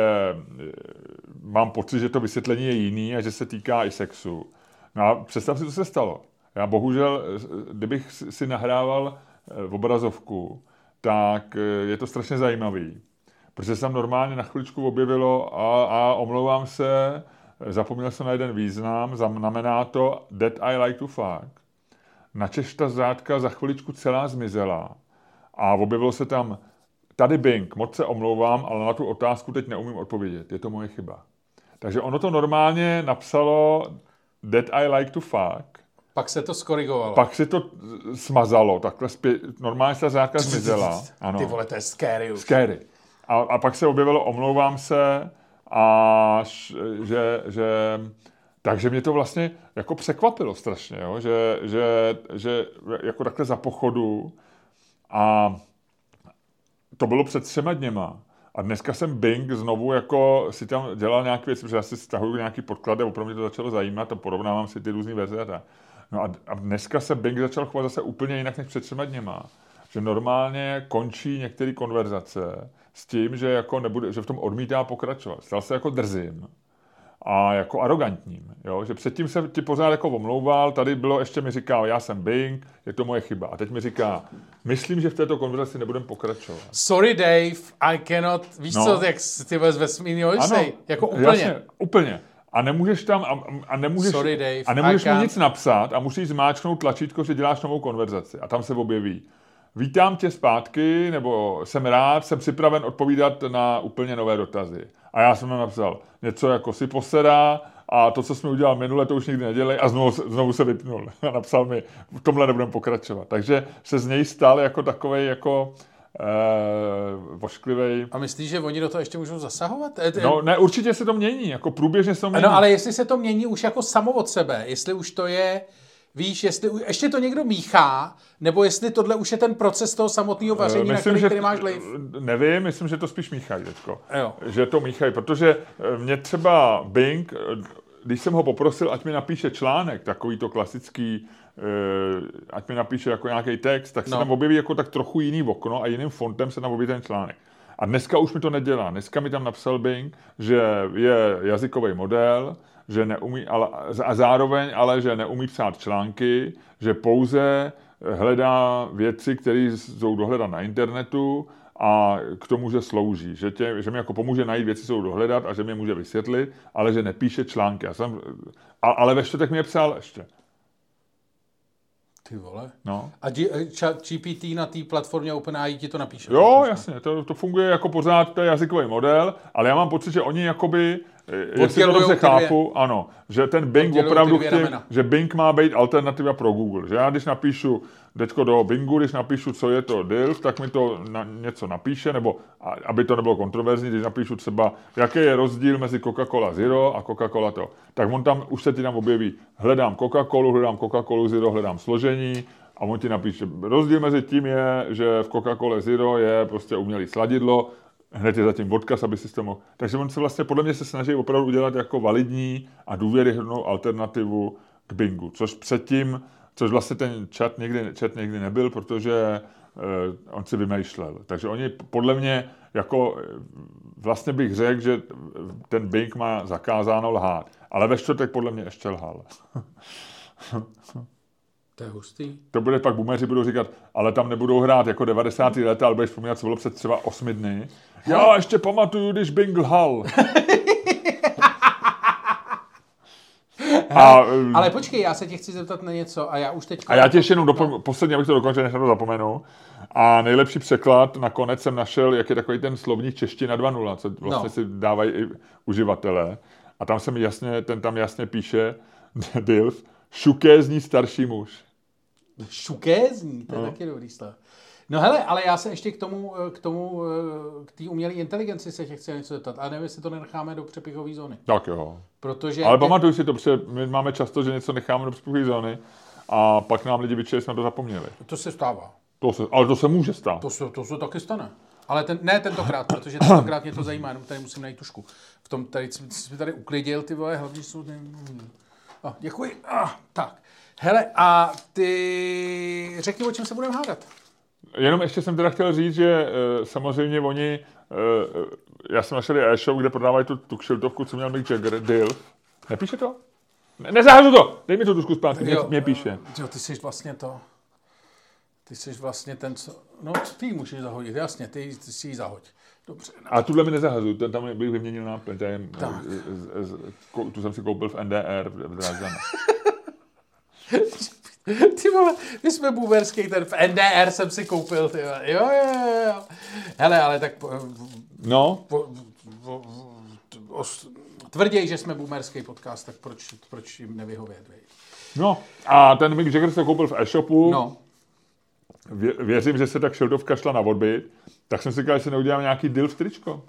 mám pocit, že to vysvětlení je jiný a že se týká i sexu. No a představ si, co se stalo. Já bohužel, kdybych si nahrával v obrazovku, tak je to strašně zajímavý. Protože se tam normálně na chviličku objevilo a, a omlouvám se, zapomněl jsem na jeden význam, znamená to that I like to fuck. Načež ta řádka za chviličku celá zmizela a objevilo se tam tady Bing, moc se omlouvám, ale na tu otázku teď neumím odpovědět, je to moje chyba. Takže ono to normálně napsalo that I like to fuck. Pak se to skorigovalo. Pak se to smazalo, takhle zpět, normálně se ta řádka zmizela. Ano. Ty vole, to je scary už. Scary. A, a pak se objevilo omlouvám se a že... že takže mě to vlastně jako překvapilo strašně, jo? Že, že, že jako takhle za pochodu a to bylo před třema dněma. A dneska jsem Bing znovu jako si tam dělal nějaké věci, protože já si stahuju nějaký podklady a opravdu mě to začalo zajímat a porovnávám si ty různé verze a tak. No a, a dneska se Bing začal chovat zase úplně jinak než před třema dněma. Že normálně končí některé konverzace s tím, že, jako nebude, že v tom odmítá pokračovat. Stal se jako drzým a jako arrogantním, jo? Že předtím se ti pořád jako omlouval, tady bylo, ještě mi říkal, já jsem Bing, je to moje chyba. A teď mi říká, myslím, že v této konverzaci nebudeme pokračovat. Sorry Dave, I cannot, víš no. co, jak ty vůbec vesmírného jsi, jako úplně. Jasně, úplně. A nemůžeš tam, a, a nemůžeš, Sorry Dave, a nemůžeš mu nic napsat a musíš zmáčknout tlačítko, že děláš novou konverzaci. A tam se objeví. Vítám tě zpátky, nebo jsem rád, jsem připraven odpovídat na úplně nové dotazy. A já jsem mu napsal něco jako si posedá a to, co jsme udělali minule, to už nikdy nedělej a znovu, znovu se vypnul. A napsal mi, v tomhle nebudeme pokračovat. Takže se z něj stal jako takovej jako eh, vošklivej. A myslíš, že oni do toho ještě můžou zasahovat? No ne, určitě se to mění, jako průběžně se to mění. No ale jestli se to mění už jako samo od sebe, jestli už to je... Víš, jestli ještě to někdo míchá, nebo jestli tohle už je ten proces toho samotného vaření, myslím, na který, že, který máš vliv? Nevím, myslím, že to spíš míchají, teďko. Jo. Že to míchají, protože mě třeba Bing, když jsem ho poprosil, ať mi napíše článek, takový to klasický, ať mi napíše jako nějaký text, tak se no. tam objeví jako tak trochu jiný okno a jiným fontem se tam objeví ten článek. A dneska už mi to nedělá. Dneska mi tam napsal Bing, že je jazykový model, že neumí, ale, a zároveň ale, že neumí psát články, že pouze hledá věci, které jsou dohledat na internetu a k tomu, že slouží, že, tě, že mi jako pomůže najít věci, co dohledat a že mě může vysvětlit, ale že nepíše články. Já jsem, ale ve čtvrtek mi je psal ještě. Ty vole. No. A G P T na té platformě OpenAI ti to napíše? Jo, jasně, to, to funguje jako pořád, to je jazykový model, ale já mám pocit, že oni jakoby, jestli to dobře chápu, ano, že ten Bing opravdu chtějí, že Bing má být alternativa pro Google. Že já když napíšu teďko do Bingu, když napíšu, co je to D I L F, tak mi to na, něco napíše, nebo aby to nebylo kontroverzní, když napíšu třeba, jaký je rozdíl mezi Coca-Cola Zero a Coca-Cola to. Tak on tam, už se ti tam objeví, hledám Coca-Colu, hledám Coca-Colu Zero, hledám složení, a on ti napíše, rozdíl mezi tím je, že v Coca-Cole Zero je prostě umělý sladidlo, hned je zatím odkaz, aby si to mohl. Takže on se vlastně, podle mě se snaží opravdu udělat jako validní a důvěryhodnou alternativu k Bingu, což předtím, což vlastně ten chat někdy, chat někdy nebyl, protože uh, on si vymýšlel. Takže oni podle mě, jako vlastně bych řekl, že ten Bing má zakázáno lhát, ale ve čtvrtek podle mě ještě lhal. To je hustý. To bude pak boomeři budou říkat, ale tam nebudou hrát jako devadesátá léta, ale budeš vzpomínat, co bylo před třeba osmi dny. Já ještě pamatuju, když Bing lhal. a, ale počkej, já se tě chci zeptat na něco a já už teď... A já tě ještě jenom dopom- no. posledně, abych to dokončil, než na to zapomenu. A nejlepší překlad nakonec jsem našel, jak je takový ten slovník čeština dva nula, co vlastně no. si dávají i uživatelé. A tam se mi jasně, ten tam jasně píše D I L F, šukézní starší muž. Šukézní, to je no. taky dobrý stav. No hele, ale já se ještě k tomu, k tomu, k té umělé inteligenci se tě chci něco zeptat. A nevím, jestli to nenecháme do přepíchové zóny. Tak jo. Protože ale pamatuj si to, protože my máme často, že něco necháme do přepíchové zóny a pak nám lidi vyčili, jsme to zapomněli. To se stává. To se, ale to se může stát. To se, to se taky stane. Ale ten, ne tentokrát, protože tentokrát mě to zajímá, jenom tady musím najít tušku. V tom tady jsi tady uklidil, ty vole, hlavně jsou... Oh, děkuji. Ah, tak. Hele, a ty řekni, o čem se budeme hádat. Jenom ještě jsem teda chtěl říct, že uh, samozřejmě oni, uh, já jsem našel e-shop, kde prodávají tu, tu kšiltovku, co měl Mick Jagger, D I L F. Nepíše to? Ne, nezahazu to! Dej mi tu tušku zpátky, mě, mě píše. Jo, ty jsi vlastně to... Ty jsi vlastně ten, co... No, ty ji můžeš zahodit, jasně, ty, ty si ji zahoď. Dobře. No. A tuhle mi nezahazuju, ten tam bych vyměnil náplň, tu jsem si koupil v N D R v Drážďanech. Ty vole, my jsme boomerský, ten v N D R jsem si koupil, ty vole. Jo, jo, jo. Hele, ale tak... No? Po, po, po, tvrději, že jsme boomerský podcast, tak proč, proč jim nevyhovět, vej? No, a ten Mick Jagger se koupil v e-shopu. No. Vě, věřím, že se tak kšiltovka šla na odbyt, tak jsem si říkal, že se neudělám nějaký D I L F tričko.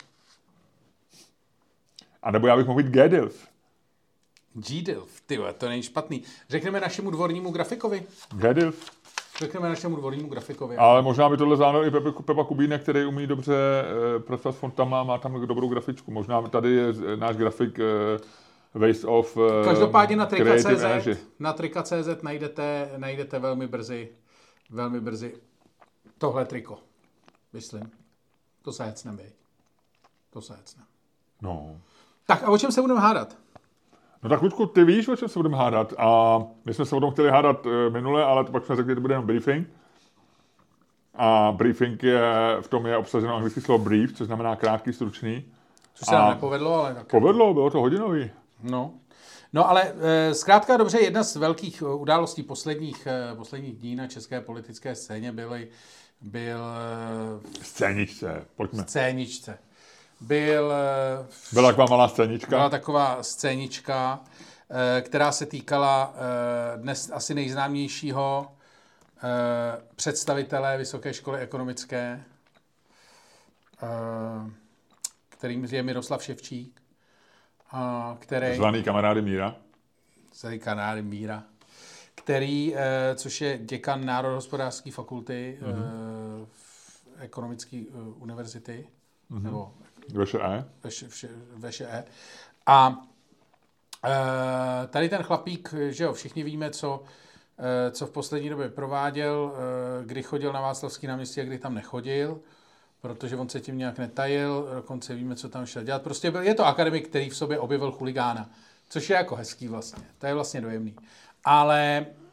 A nebo já bych mohl být G D I L F. G D I L F, tyhle, to není špatný. Řekneme našemu dvornímu grafikovi. G D I L F. Řekneme našemu dvornímu grafikovi. Ale možná by tohle zvládl i Pepa, Pepa Kubínek, který umí dobře e, pracovat s fontama a má tam dobrou grafičku. Možná tady je náš grafik e, Waste of e, Každopádně na trika tečka cé zet, na trika tečka cé zet najdete, najdete velmi brzy, velmi brzy tohle triko. Myslím. To se hecnem, vej. To se hecnem. No. Tak a o čem se budeme hádat? No tak, Ludku, ty víš, o čem se budeme hádat. A my jsme se o tom chtěli hádat e, minule, ale pak jsme řekli, že to bude jenom briefing. A briefing je, v tom je obsaženo anglické slovo brief, což znamená krátký, stručný. Což se nám nepovedlo, ale tak. Povedlo, bylo to hodinový. No. No ale e, zkrátka dobře, jedna z velkých událostí posledních, e, posledních dní na české politické scéně byly, byl... E, Scéničce, pojďme. Scéničce. Byl... E, byla taková malá scénička. Byla taková scénička, e, která se týkala e, dnes asi nejznámějšího e, představitele Vysoké školy ekonomické, e, kterým je Miroslav Ševčík. A který, zvaný kamarády Míra. Zvaný kamarády Míra. Který, e, což je děkan Národohospodářské fakulty mm-hmm. e, ekonomické e, univerzity. Mm-hmm. Nebo V Š E. V Š E. A e, tady ten chlapík, že jo, všichni víme, co, e, co v poslední době prováděl, e, kdy chodil na Václavský náměstí a kdy tam nechodil, protože on se tím nějak netajil, dokonce víme, co tam šel dělat. Prostě byl, je to akademik, který v sobě objevil chuligána, což je jako hezký vlastně. To je vlastně dojemný. Ale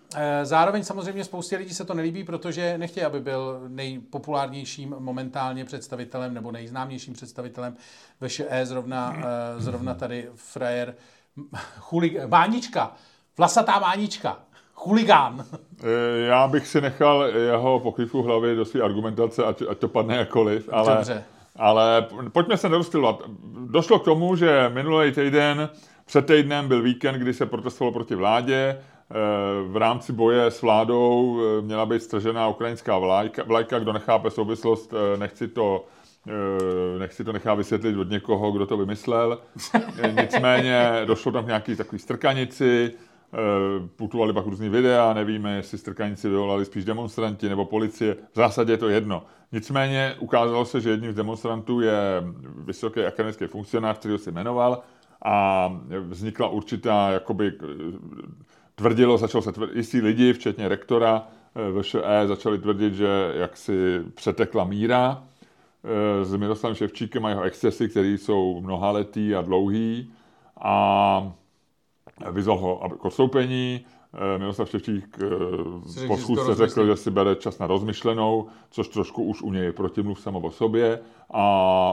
Zároveň samozřejmě spoustě lidí se to nelíbí, protože nechtějí, aby byl nejpopulárnějším momentálně představitelem nebo nejznámějším představitelem V Š E, zrovna, zrovna tady frajer chulig, Vánička, vlasatá Vánička, chuligán. Já bych si nechal jeho pokrývku hlavy do své argumentace, ať, ať to padne jakkoliv, ale, Dobře. ale pojďme se nerozptylovat. Došlo k tomu, že minulý týden, před týdnem byl víkend, kdy se protestovalo proti vládě. V rámci boje s vládou měla být střežená ukrajinská vlajka. vlajka. Kdo nechápe souvislost, nechci to, nechci to nechá vysvětlit od někoho, kdo to vymyslel. Nicméně došlo tam k nějaký takový strkanici, putovali pak různý videa, nevíme, jestli strkanici vyvolali spíš demonstranti nebo policie. V zásadě je to jedno. Nicméně ukázalo se, že jedním z demonstrantů je vysoký akademický funkcionář, který se jmenoval, a vznikla určitá, jakoby, tvrdilo, začalo se tvrdit, jistý lidi, včetně rektora V Š E, začali tvrdit, že jaksi přetekla míra s Miroslavem Ševčíkem a jeho excesy, které jsou mnohaletý a dlouhý, a vyzval ho k odstoupení. Miroslav Ševčík po schůzce řekl, že si bere čas na rozmyšlenou, což trošku už u něj je protimluv samo o sobě, a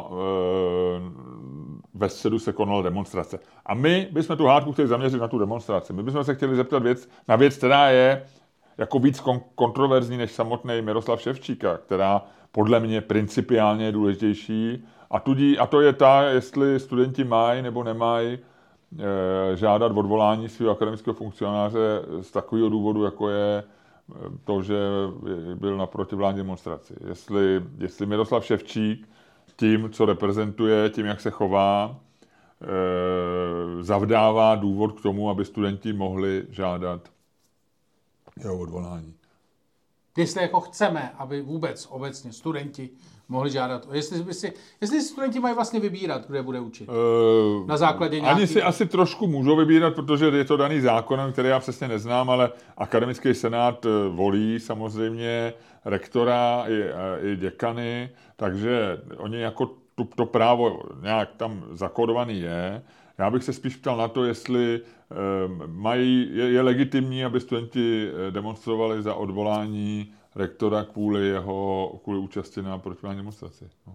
ve středu se konala demonstrace. A my bychom tu hádku chtěli zaměřit na tu demonstraci. My bychom se chtěli zeptat věc, na věc, která je jako víc kon- kontroverzní než samotný Miroslav Ševčíka, která podle mě principiálně je důležitější. A, tudí, a to je ta, jestli studenti mají nebo nemají e, žádat odvolání svého akademického funkcionáře z takového důvodu, jako je to, že byl na protivládní demonstraci. Jestli, jestli Miroslav Ševčík tím, co reprezentuje, tím, jak se chová, e, zavdává důvod k tomu, aby studenti mohli žádat jeho odvolání. Jestli jako chceme, aby vůbec obecně studenti mohli žádat, jestli si, jestli si studenti mají vlastně vybírat, kde bude učit. E, Na základě nějaký... Ani si asi trošku můžou vybírat, protože je to daný zákonem, který já přesně neznám, ale akademický senát volí samozřejmě rektora i, i děkany, takže oni jako to, to právo nějak tam zakódovaný je. Já bych se spíš ptal na to, jestli e, mají, je, je legitimní, aby studenti demonstrovali za odvolání rektora kvůli jeho kvůli účasti na protivládní demonstraci. No.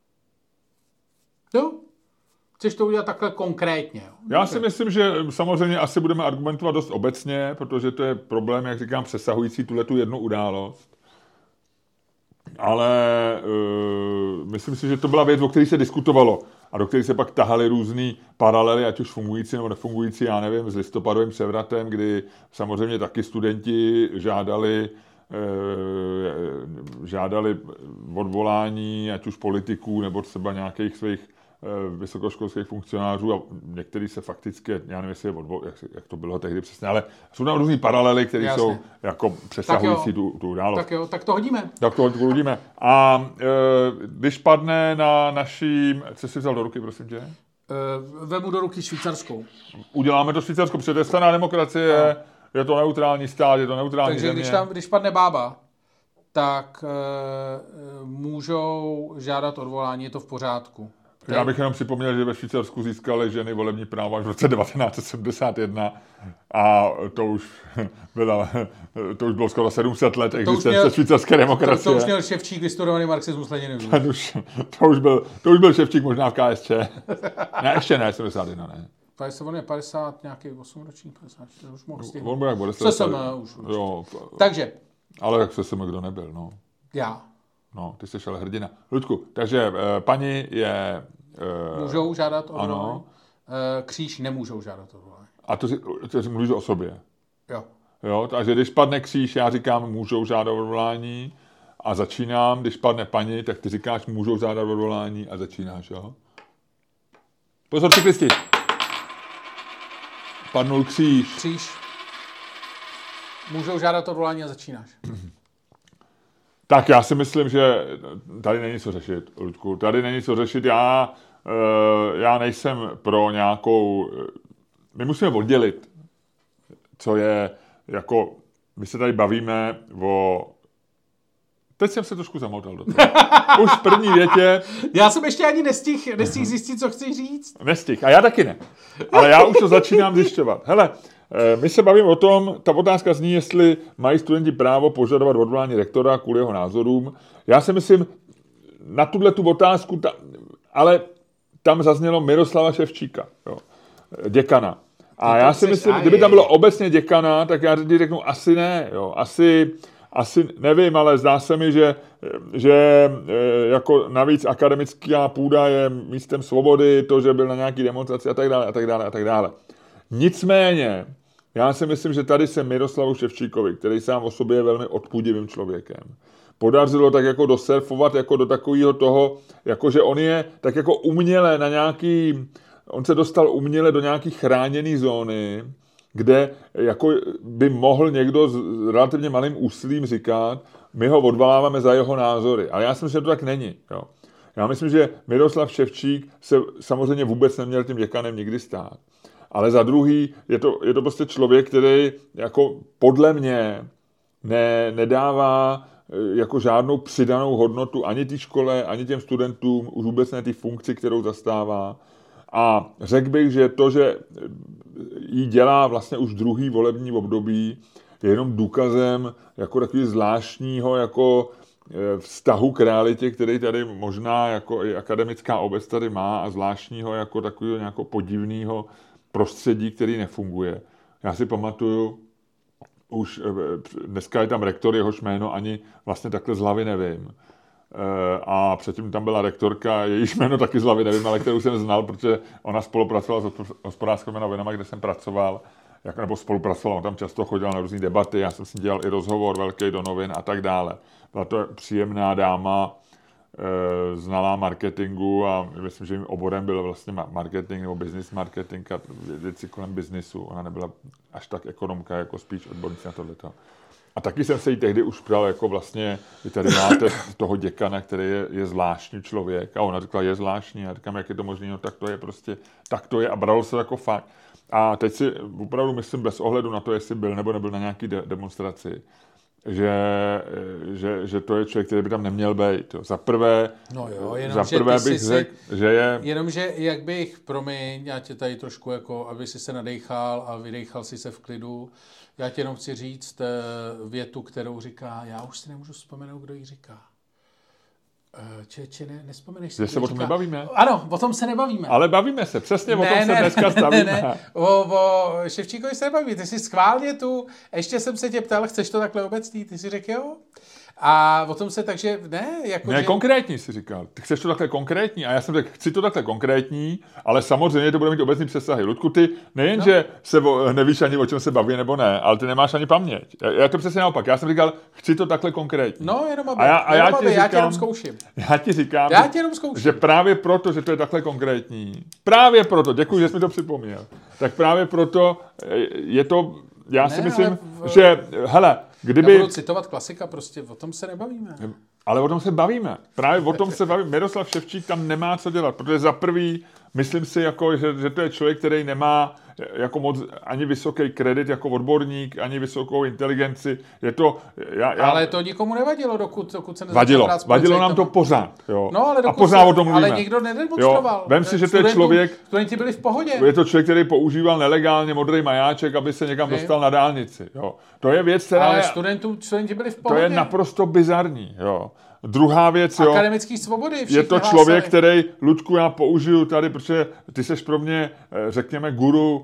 Jo? Chceš to udělat takhle konkrétně? Jo? Já si myslím, že samozřejmě asi budeme argumentovat dost obecně, protože to je problém, jak říkám, přesahující tuhletu jednu událost. Ale uh, myslím si, že to byla věc, o které se diskutovalo a do které se pak tahaly různý paralely, ať už fungující nebo nefungující, já nevím, s listopadovým převratem, kdy samozřejmě taky studenti žádali uh, žádali odvolání, ať už politiků nebo třeba nějakých svých vysokoškolských funkcionářů, a některý se fakticky, já nevím, jestli je odvol, jak, jak to bylo tehdy přesně, ale jsou tam různý paralely, které Jasně. jsou jako přesahující tu, tu událost. Tak jo, tak to hodíme. Tak to hodíme. A e, když padne na naším, co jsi vzal do ruky, prosím tě? E, vemu do ruky švýcarskou. Uděláme to Švýcarskou, protože to je strana demokracie, no. Je to neutrální stát, je to neutrální Takže země. když tam, když padne bába, tak e, můžou žádat odvolání, je to v pořádku. Já bych jenom připomněl, že ve Švýcarsku získaly ženy volební práva až v roce devatenáct set sedmdesát jedna a to už, byla, to už bylo skoro sedm set let existence švýcarské demokracie. To, to už měl Ševčík vystudovaný marxismus leninismus. To už, to, už byl, to už byl Ševčík možná v K S Č. Ne, ještě ne, sedmdesát jedna, ne. On je padesát, nějaký osm ročník, padesát čtyři, už mohl stihnout. On byl jak bude. Co jsem už jo, Takže. Ale jak se jsem kdo nebyl, no. Já. No, ty jsi ale hrdina. Ludku, takže eh, paní je... Eh, můžou žádat odvolání. Ano. Eh, kříž nemůžou žádat odvolání. A to si, to si mluvíš o sobě. Jo. Jo, takže když padne kříž, já říkám, můžou žádat odvolání a začínám. Když padne paní, tak ty říkáš, můžou žádat odvolání a začínáš, jo? Pozor, cyklisti. Padnul kříž. Kříž. Můžou žádat odvolání a začínáš. Tak já si myslím, že tady není co řešit, Ludku. Tady není co řešit. Já, já nejsem pro nějakou... My musíme oddělit, co je jako... My se tady bavíme o... Teď jsem se trošku zamotal do toho. Už v první větě... Já jsem ještě ani nestihl nestih zjistit, co chci říct. Nestih. A já taky ne. Ale já už to začínám zjišťovat. Hele, My se bavíme o tom, ta otázka zní, jestli mají studenti právo požadovat odvolání rektora kvůli jeho názorům. Já si myslím, na tuhle tu otázku, ta, ale tam zaznělo Miroslava Ševčíka, jo, děkana. A já si myslím, kdyby tam bylo obecně děkana, tak já teď řeknu asi ne, jo, asi... Asi nevím, ale zdá se mi, že, že jako navíc akademická půda je místem svobody, to, že byl na nějaký demonstraci a tak dále, a tak dále, a tak dále. Nicméně, já si myslím, že tady se Miroslavu Ševčíkovi, který sám o sobě je velmi odpudivým člověkem, podařilo tak jako dosurfovat jako do takového toho, jako že on je tak jako uměle na nějaký, on se dostal uměle do nějaký chráněný zóny, kde jako by mohl někdo s relativně malým úsilím říkat, my ho odvoláváme za jeho názory. Ale já si myslím, že to tak není. Jo. Já myslím, že Miroslav Ševčík se samozřejmě vůbec neměl tím děkanem nikdy stát. Ale za druhý je to, je to prostě člověk, který jako podle mě ne, nedává jako žádnou přidanou hodnotu ani té škole, ani těm studentům, už vůbec ne té funkci, kterou zastává. A řekl bych, že to, že jí dělá vlastně už druhý volební období, je jenom důkazem jako takový zvláštního jako vztahu k realitě, který tady možná jako i akademická obec tady má, a zvláštního jako takového nějakého podivného prostředí, který nefunguje. Já si pamatuju, už dneska je tam rektor, jehož jméno ani vlastně takhle z hlavy nevím. A předtím tam byla rektorka, jejíž jméno taky z hlavy nevím, ale kterou jsem znal, protože ona spolupracovala s Hospodářskými novinami, kde jsem pracoval, jako, nebo spolupracovala, on tam často chodila na různé debaty, já jsem si dělal i rozhovor velký do novin a tak dále. Byla to příjemná dáma, e, znalá marketingu a myslím, že jím oborem byl vlastně marketing nebo business marketing a věci kolem biznisu. Ona nebyla až tak ekonomka, jako spíš odborníci na tohleto. A taky jsem se jí tehdy už ptal, jako vlastně, vy tady máte toho děkana, který je, je zvláštní člověk. A ona řekla, je zvláštní. A říkám, jak je to možné, no tak to je prostě, tak to je. A bralo se jako fakt. A teď si opravdu myslím, bez ohledu na to, jestli byl nebo nebyl na nějaký de- demonstraci, že, že, že to je člověk, který by tam neměl být. Jo. Za prvé, no jo, jenom, za prvé bych řekl, že je... Jenomže, jak bych, promiň, já tě tady trošku, jako, aby si se nadechal a vydechal si se v klidu, já ti jenom chci říct větu, kterou říká, já už si nemůžu vzpomenout, kdo ji říká. Če, če, ne, nespomeneš si, že se o tom říká. Nebavíme? Ano, o tom se nebavíme. Ale bavíme se, přesně ne, o tom ne, se dneska stavíme. Ne, ne, o, o Ševčíkovi se nebavíme. Ty jsi schválně tu, ještě jsem se tě ptal, chceš to takhle obecný? Ty jsi řekl jo? A o tom se takže, ne, jako Ne, že... konkrétní jsi říkal. Ty chceš to takhle konkrétní a já jsem řekl, chci to takhle konkrétní, ale samozřejmě to bude mít obecný přesahy. Ludku, ty nejen, no. že se o, nevíš ani o čem se baví nebo ne, ale ty nemáš ani paměť. Já, já to přesně naopak. Já jsem říkal, chci to takhle konkrétní. No, jenom aby. A já, a já, jenom ti aby, říkám, já tě jenom zkouším. Já ti říkám, já tě jenom zkouším. že právě proto, že to je takhle konkrétní, právě proto, děkuji, že jsi mi to připomněl, tak právě proto je to, já ne, si myslím, v... že, hele, kdyby... Já budu citovat klasika, prostě o tom se nebavíme. Ale o tom se bavíme. Právě o tom se bavíme. Miroslav Ševčík tam nemá co dělat, protože za prvý, myslím si, jako, že, že to je člověk, který nemá jako moc ani vysoký kredit jako odborník, ani vysokou inteligenci. Je to, já, já... Ale to nikomu nevadilo, dokud, dokud se vadilo. Vadilo nám to pořád. Jo. No, ale a pořád se, o tom mluvíme. Ale nikdo nedemonstroval. Vem si, že to je člověk... Studenti byli v pohodě. Je to člověk, který používal nelegálně modrý majáček, aby se někam dostal na dálnici. Jo. To je věc, která... Ale studentů, studenti byli v pohodě. To je naprosto bizarní. Jo. Druhá věc, jo, akademický svobody, je to člověk, hlásali. Který, Ludku, já použiju tady, protože ty seš pro mě, řekněme, guru,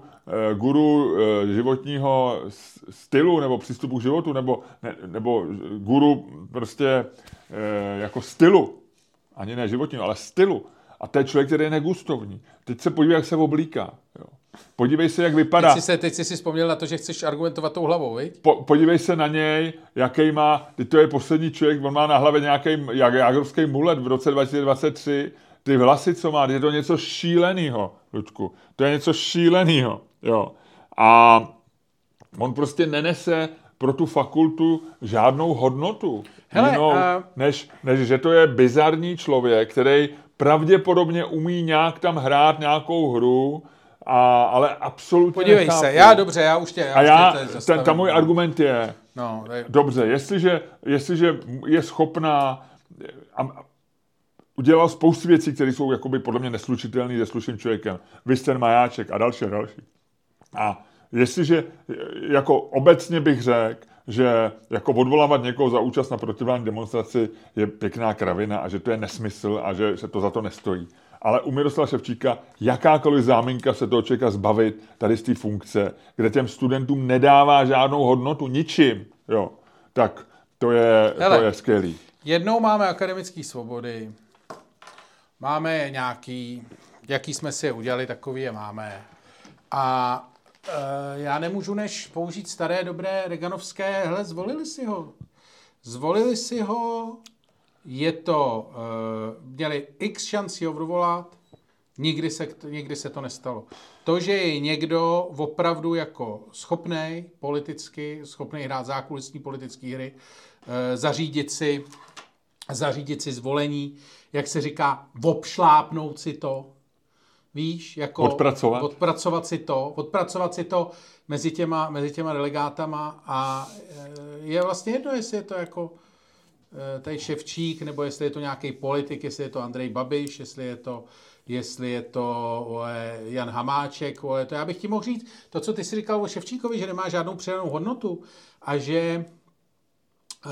guru životního stylu nebo přístupu k životu, nebo, ne, nebo guru prostě jako stylu, ani ne životního, ale stylu. A to je člověk, který je negustovní. Teď se podívej, jak se oblíká. Jo. Podívej se, jak vypadá. Teď jsi, se, teď jsi si vzpomněl na to, že chceš argumentovat tou hlavou, viď? Po, podívej se na něj, jaký má, teď to je poslední člověk, on má na hlavě nějaký jak, jágrovský mulet v roce dva tisíce dvacet tři, ty vlasy, co má, je to něco šílenýho, Luďku. To je něco šílenýho, jo. A on prostě nenese pro tu fakultu žádnou hodnotu. Hele, jinou, uh... než, než že to je bizarní člověk, který pravděpodobně umí nějak tam hrát nějakou hru, a, ale absolutně podívej nechápu. se, já dobře, já už tě já A já, už ten, ten můj argument je, no, je... dobře, jestliže, jestliže je schopná a, udělal spoustu věcí, které jsou jakoby podle mě neslučitelné se slušným člověkem, vy ten majáček a další a další. A jestliže jako obecně bych řekl, že jako odvolávat někoho za účast na protivládní demonstraci je pěkná kravina a že to je nesmysl a že se to za to nestojí. Ale u Miroslava Ševčíka jakákoliv záminka se toho člověka zbavit tady z té funkce, kde těm studentům nedává žádnou hodnotu, ničím, jo, tak to je, Hele, to je skvělý. Jednou máme akademické svobody, máme nějaký, jaký jsme si je udělali, takový je máme. A e, já nemůžu než použít staré, dobré reganovské, hele, zvolili si ho. Zvolili si ho, je to, e, měli x šancí odvolat, nikdy se, nikdy se to nestalo. To, že je někdo opravdu jako schopnej politicky, schopnej hrát zákulisní politické hry, e, zařídit si, zařídit si zvolení, jak se říká, obšlápnout si to, víš, jako odpracovat. odpracovat si to, odpracovat si to mezi těma, mezi těma delegátama a je vlastně jedno, jestli je to jako tady Ševčík, nebo jestli je to nějaký politik, jestli je to Andrej Babiš, jestli je to, jestli je to ole, Jan Hamáček, ole, to já bych ti mohl říct, to, co ty jsi říkal o Ševčíkovi, že nemá žádnou přidanou hodnotu a že Uh,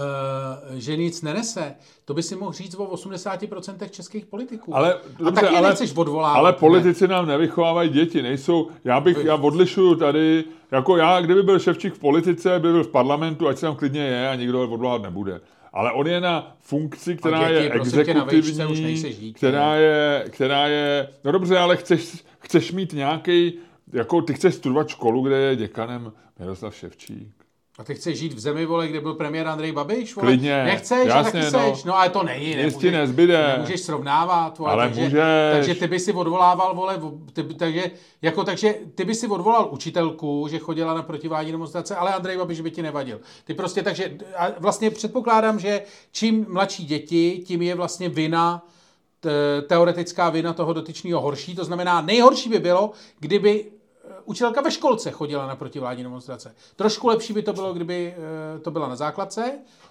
že nic nenese, to by si mohl říct o osmdesáti procentech českých politiků. Ale, a dobře, taky ale, nechceš odvolávat. Ale politici ne? nám nevychovávají děti, nejsou, já bych, já odlišuju tady, jako já, kdyby byl Ševčík v politice, by byl v parlamentu, ať se tam klidně je a nikdo ho odvolávat nebude. Ale on je na funkci, která děti, je exekutivní, žít, která je, která je, no dobře, ale chceš, chceš mít nějaký, jako ty chceš studovat školu, kde je děkanem Miroslav Ševčík. A ty chceš žít v zemi, vole, kde byl premiér Andrej Babiš, vole? Klidně. Nechceš, jasně, a taky no. seš. No ale to není, nemůžeš, nezbyde. Nemůžeš srovnávat, vole. Ale takže, můžeš. takže ty by si odvolával, vole, ty, takže, jako, takže ty by si odvolal učitelku, že chodila na protivládní demonstrace, ale Andrej Babiš by ti nevadil. Ty prostě, takže a vlastně předpokládám, že čím mladší děti, tím je vlastně vina, teoretická vina toho dotyčného horší. To znamená, nejhorší by bylo, kdyby učitelka ve školce chodila na protivládní demonstrace. Trošku lepší by to bylo, kdyby to byla na základce,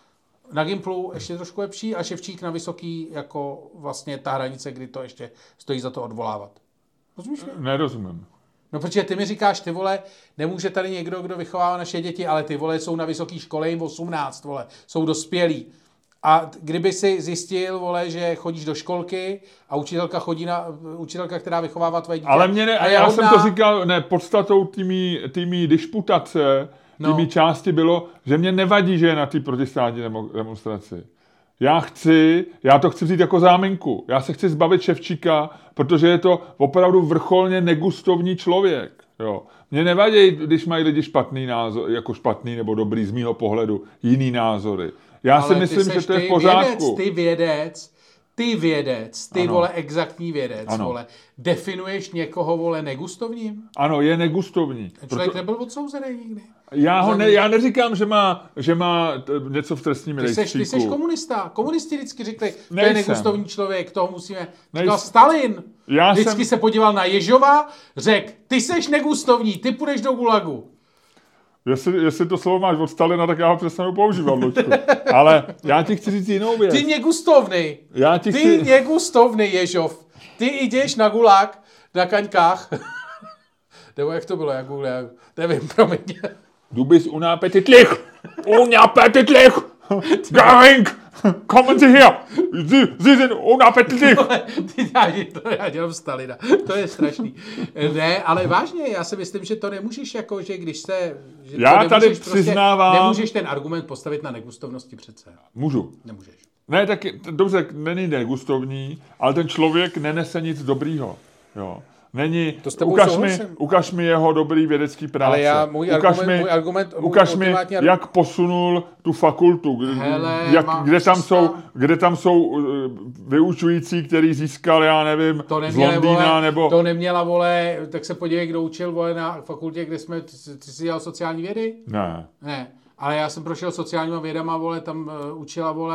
na Gimplu ještě trošku lepší a Ševčík na vysoký, jako vlastně ta hranice, kdy to ještě stojí za to odvolávat. Rozumíš? Nerozumím. No protože ty mi říkáš, ty vole, nemůže tady někdo, kdo vychovává naše děti, ale ty vole jsou na vysoké škole, jim osmnáct, vole, jsou dospělí. A kdyby si zjistil, vole, že chodíš do školky a učitelka chodí na, učitelka, která vychovává tvoje dítě. Ale mě ne, a já hodná... jsem to říkal, ne, podstatou týmí, týmí disputace, týmí no. části bylo, že mě nevadí, že je na té protistátní demonstraci. Já chci, já to chci vzít jako záminku. Já se chci zbavit Ševčíka, protože je to opravdu vrcholně negustovní člověk. Jo. Mně nevadí, když mají lidi špatný názor, jako špatný nebo dobrý z mýho pohledu, jiný názory. Já ale si myslím, že to je v pořádku. Vědec, ty vědec, ty vědec, ty ano. vole exaktní vědec, ano. vole, definuješ někoho, vole, negustovním? Ano, je negustovní. Člověk proto... nebyl odsouzený nikdy. Já, ho ne, já neříkám, že má, že má něco v trestním rejstříku. Ty jsi komunista. Komunisti vždycky řekli, to je negustovní člověk, toho musíme... Říkal Stalin. Já vždycky jsem... se podíval na Ježova, řekl, ty seš negustovní, ty půjdeš do gulagu. Jestli, jestli to slovo máš od Stalina, tak já ho přestanu používat, Lučku. Ale já ti chci říct jinou věc. Ty negustovný. Já ti ty chci... negustovný, Ježov. Ty jdeš na gulag, na kaňkách. Nebo jak to bylo, jak gulag, nevím, promiň. Du bist unapetitlich. Unapetitlich. Göring. Kommen Sie her. Sie, Sie sind unapetitlich. Ty děláš to, já dělám Stalina. To je strašný. Ne, ale vážně, já si myslím, že to nemůžeš jako, že když se... Že já tady přiznávám... Prostě, nemůžeš ten argument postavit na negustovnosti přece. Můžu. Nemůžeš. Ne, tak dobře, není negustovní, ale ten člověk nenese nic dobrýho. Jo. Není, ukaž mi, ukaž mi jeho dobrý vědecký práce. Ale já, můj ukaž argument, mi, můj argument, můj ukaž mi, argument. Jak posunul tu fakultu, Hele, jak, kde, tam jsou, kde tam jsou vyučující, který získal, já nevím, z Londýna, vole, nebo... To neměla, vole, tak se podívej, kdo učil, vole, na fakultě, kde jsme, ty, ty jsi dělal sociální vědy? Ne. Ne. Ale já jsem prošel sociálníma vědama, vole, tam uh, učila, vole,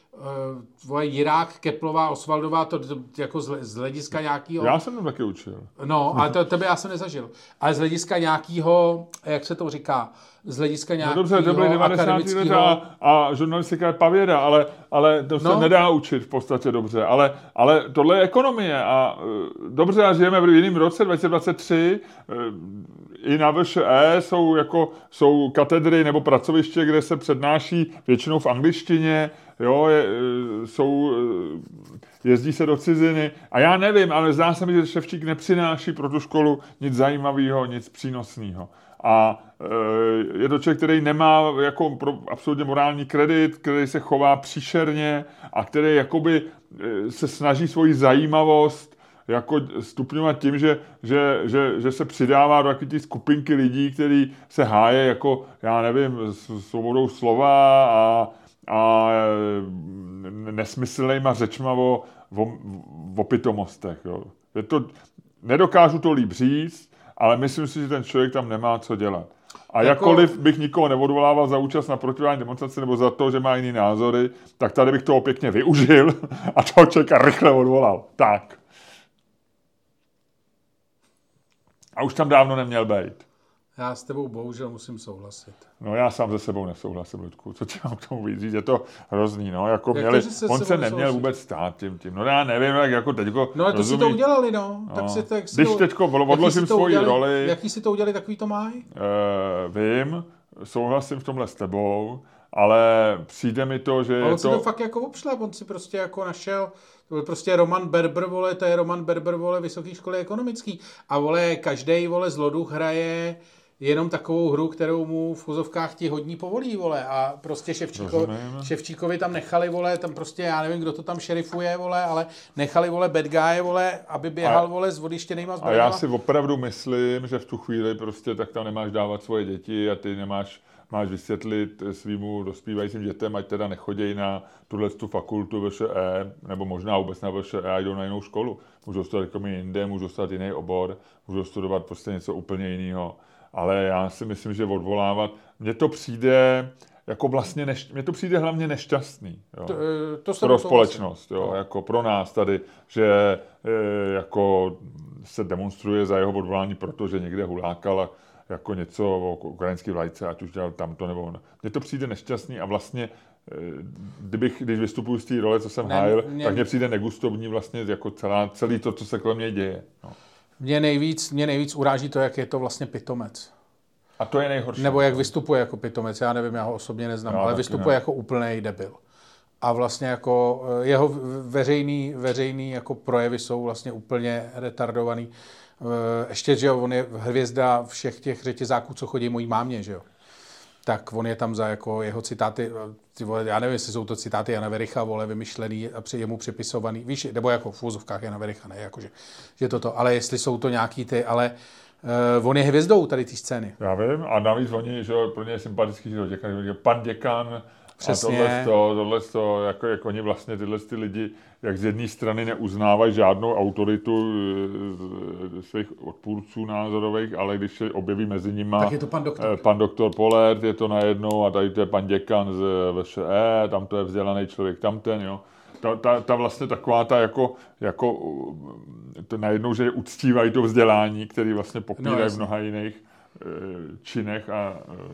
tvoje Jirák, Keplová, Osvaldová, to, to jako z, z hlediska nějakého... Já jsem to taky učil. No, ale to, tebe já jsem nezažil. Ale z hlediska nějakého, jak se to říká, z hlediska nějakého no dobře, to byly devadesátá léta a žurnalistika je pavěda, ale, ale to se no. nedá učit v podstatě dobře. Ale, ale tohle je ekonomie a dobře, a žijeme v jiném roce, dva tisíce dvacet tři, i na V Š E jsou, jako, jsou katedry nebo pracoviště, kde se přednáší většinou v angličtině, jo, je, jsou, jezdí se do ciziny a já nevím, ale zdá se mi, že Ševčík nepřináší pro tu školu nic zajímavého, nic přínosného. A e, je to člověk, který nemá jako pro absolutně morální kredit, který se chová příšerně a který jakoby e, se snaží svoji zajímavost jako stupňovat tím, že, že, že, že se přidává do takové skupinky lidí, kteří se háje jako, já nevím, svobodou slova a, a nesmyslnýma řečma o, o, o pitomostech. Jo. Je to, nedokážu to líp říct, ale myslím si, že ten člověk tam nemá co dělat. A jako... jakkoliv bych nikoho neodvolával za účast na protivládní demonstraci nebo za to, že má jiný názory, tak tady bych toho pěkně využil a toho člověka rychle odvolal. Tak. A už tam dávno neměl být. Já s tebou bohužel musím souhlasit. No já sám se sebou nesouhlasím, Ludku. Co ti mám k tomu víc říct? Je to hrozný, no. Jako jak měli, to, se on se neměl nesouhlasit? Vůbec stát tím tím. No já nevím, jak jako teďko... No ale to rozumí... si to udělali, no. no. Tak si, tak si Když to... teďko odložím svoji udělali, roli... Jaký si to udělali, takový to mají? Uh, vím, souhlasím v tomhle s tebou, ale přijde mi to, že a on je si to... to fakt jako obšlap, on si prostě jako našel... To byl prostě Roman Berber, vole, to je Roman Berber, vole, Vysoké školy ekonomický. A vole, každej, vole, zloduch hraje jenom takovou hru, kterou mu v úzovkách ti hodní povolí, vole. A prostě Ševčíko, Ševčíkovi tam nechali, vole, tam prostě, já nevím, kdo to tam šerifuje, vole, ale nechali, vole, bad guy, vole, aby běhal, a, vole, s vodištěnýma zbraněma. A já si opravdu myslím, že v tu chvíli prostě tak tam nemáš dávat svoje děti a ty nemáš máš vysvětlit svýmu dospívajícím dětem, ať teda nechodějí na tuhle tu fakultu V Š E, nebo možná vůbec na V Š E a jdou na jinou školu. Můžou studovat jako jinde, můžou studovat jiný obor, můžou studovat prostě něco úplně jiného. Ale já si myslím, že odvolávat, mně to přijde jako vlastně, neš, mně to přijde hlavně nešťastný. Jo. To, to pro společnost, jo, jako pro nás tady, že e, jako se demonstruje za jeho odvolání, protože někde hulákal jako něco o ukrajinské vlajce, ať už dělal tamto nebo ono. Mně to přijde nešťastný a vlastně, kdybych, když vystupuji z té role, co jsem ne, hájil, mě... tak mně přijde negustovní vlastně jako celá, celý to, co se kolem mě děje. No. Mě nejvíc, mě nejvíc uráží to, jak je to vlastně pitomec. A to je nejhorší. Nebo jak vystupuje jako pitomec, já nevím, já ho osobně neznám, no, ale vystupuje ne. jako úplnej debil. A vlastně jako jeho veřejný, veřejný jako projevy jsou vlastně úplně retardovaný. Ještě, že jo, on je hvězda všech těch řetězáků, co chodí mojí mámě, že jo. Tak on je tam za jako jeho citáty, ty vole, já nevím, jestli jsou to citáty Jana Vericha, vole, vymyšlený a při jemu připisovaný, víš, nebo jako v úzovkách Jana Vericha, ne, jakože, že toto, ale jestli jsou to nějaký ty, ale uh, on je hvězdou tady té scény. Já vím, a navíc oni, že jo, pro ně je sympatický, že jo, děkan, že pan děkan, přesně. A tohle, to, tohle to, jako, jak oni vlastně tyhle ty lidi, jak z jedné strany neuznávají žádnou autoritu svých odpůrců názorových, ale když se objeví mezi nimi tak je to pan doktor. pan doktor Polert, je to najednou a tady to je pan děkan z V Š E, tam to je vzdělaný člověk, tamten, jo. Ta, ta, ta vlastně taková ta jako, jako to najednou, že uctívají to vzdělání, který vlastně popírají no, v mnoha jiných činech a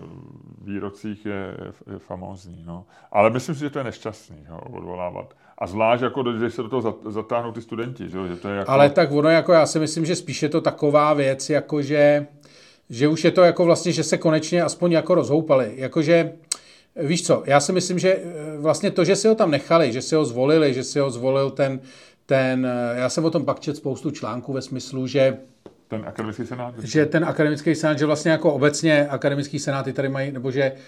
výrocích je, je famózní. No. Ale myslím si, že to je nešťastný, jo, odvolávat. A zvlášť, jako, když se do toho zatáhnou ty studenti. Že to je jako... Ale tak ono, jako já si myslím, že spíš je to taková věc, jako že, že už je to jako vlastně, že se konečně aspoň jako rozhoupali. Jakože, víš co, já si myslím, že vlastně to, že si ho tam nechali, že si ho zvolili, že si ho zvolil ten, ten já jsem o tom pak četl spoustu článků ve smyslu, že ten akademický senát? Že ten akademický senát, že vlastně jako obecně akademický senáty tady mají, nebo že e,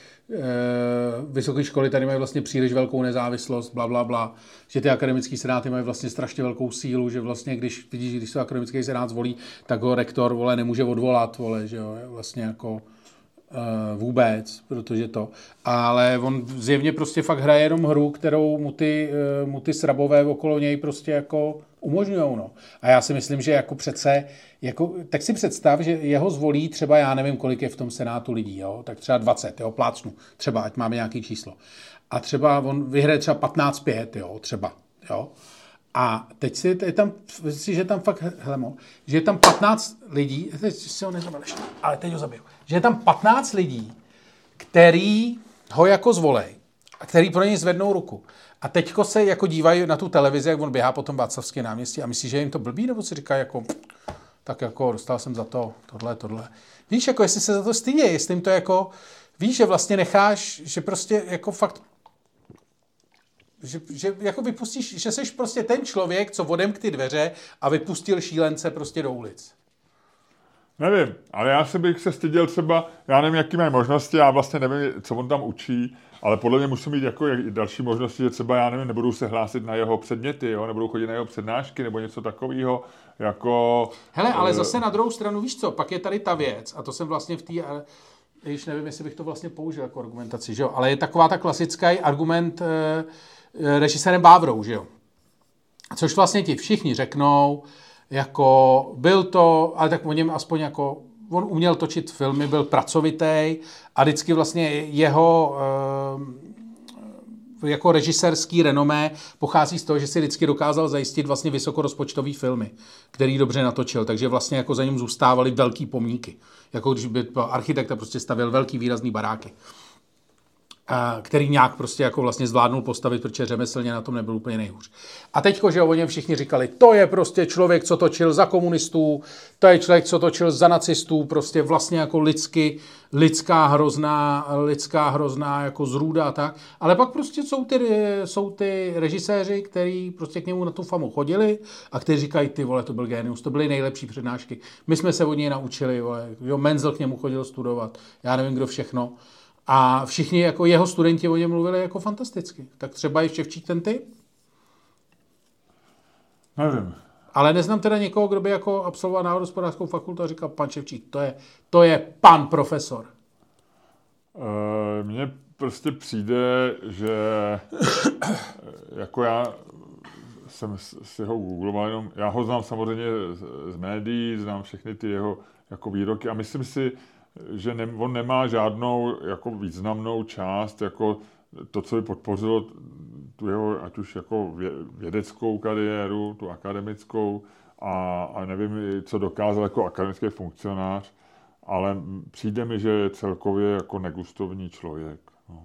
vysoké školy tady mají vlastně příliš velkou nezávislost, bla, bla, bla. Že ty akademický senáty mají vlastně strašně velkou sílu, že vlastně, když vidíš, když se akademický senát zvolí, tak ho rektor, vole, nemůže odvolat, vole, že jo, vlastně jako e, vůbec, protože to. Ale on zjevně prostě fakt hraje jenom hru, kterou mu ty, e, mu ty srabové okolo něj prostě jako umožňujou, no. A já si myslím, že jako přece, jako, tak si představ, že jeho zvolí třeba, já nevím, kolik je v tom senátu lidí, jo, tak třeba dvacet, jo, plácnu, třeba, ať máme nějaký číslo. a třeba on vyhraje třeba patnáct pět, jo, třeba, jo. A teď si je tam, si, že tam fakt, helemo, že je tam patnáct lidí, teď si ho nezabil ještě, ale teď ho zabiju, že je tam patnáct lidí, který ho jako zvolej a který pro něj zvednou ruku. A teďko se jako dívají na tu televizi, jak on běhá po tom Václavském náměstí a myslí, že je jim to blbý, nebo si říká jako, tak jako dostal jsem za to tohle, tohle. Víš, jako jestli se za to stydí, jestli jim to jako, víš, že vlastně necháš, že prostě jako fakt, že, že jako vypustíš, že jsi prostě ten člověk, co odemk ty dveře a vypustil šílence prostě do ulic. Nevím, ale já se bych se styděl třeba, já nevím, jaký mají možnosti, já vlastně nevím, co on tam učí, ale podle mě musí mít jako další možnosti, že třeba, já nevím, nebudou se hlásit na jeho předměty, jo, nebudou chodit na jeho přednášky nebo něco takového, jako... Hele, ale zase na druhou stranu, víš co, pak je tady ta věc, a to jsem vlastně v té, když nevím, jestli bych to vlastně použil jako argumentaci, že jo, ale je taková ta klasická argument e, e, režisérem Vávrou, že jo, což vlastně ti všichni řeknou, jako byl to, ale tak o něm aspoň jako, on uměl točit filmy, byl pracovitý a vždycky vlastně jeho e, jako režisérský renomé pochází z toho, že si vždycky dokázal zajistit vlastně vysokorozpočtový filmy, který dobře natočil, takže vlastně jako za ním zůstávaly velký pomníky. Jako když by architekt prostě stavěl velký výrazný baráky, který nějak prostě jako vlastně zvládnul postavit, protože řemeslně na tom nebyl úplně nejhůř. A teďko, že o něm všichni říkali, to je prostě člověk, co točil za komunistů, to je člověk, co točil za nacistů, prostě vlastně jako lidsky, lidská hrozná, lidská hrozná jako zrůda a tak. Ale pak prostě jsou ty, jsou ty režiséři, kteří prostě k němu na tu famu chodili a kteří říkají, ty vole, to byl génius, to byly nejlepší přednášky. My jsme se od něj naučili, vole. Jo, Menzel k němu chodil studovat, já nevím, kdo všechno. A všichni jako jeho studenti o něm mluvili jako fantasticky. Tak třeba i Ševčík ten typ? Nevím. Ale neznám teda někoho, kdo by jako absolvoval národohospodářskou fakultu a říkal, pan Ševčík, to je, to je pan profesor. E, mně prostě přijde, že jako já jsem si ho googloval jenom, já ho znám samozřejmě z, z médií, znám všechny ty jeho jako výroky a myslím si, že ne, on nemá žádnou jako významnou část, jako to, co by podpořilo tu jeho, ať už jako vědeckou kariéru, tu akademickou, a, a nevím, co dokázal jako akademický funkcionář, ale přijde mi, že je celkově jako negustovní člověk. No.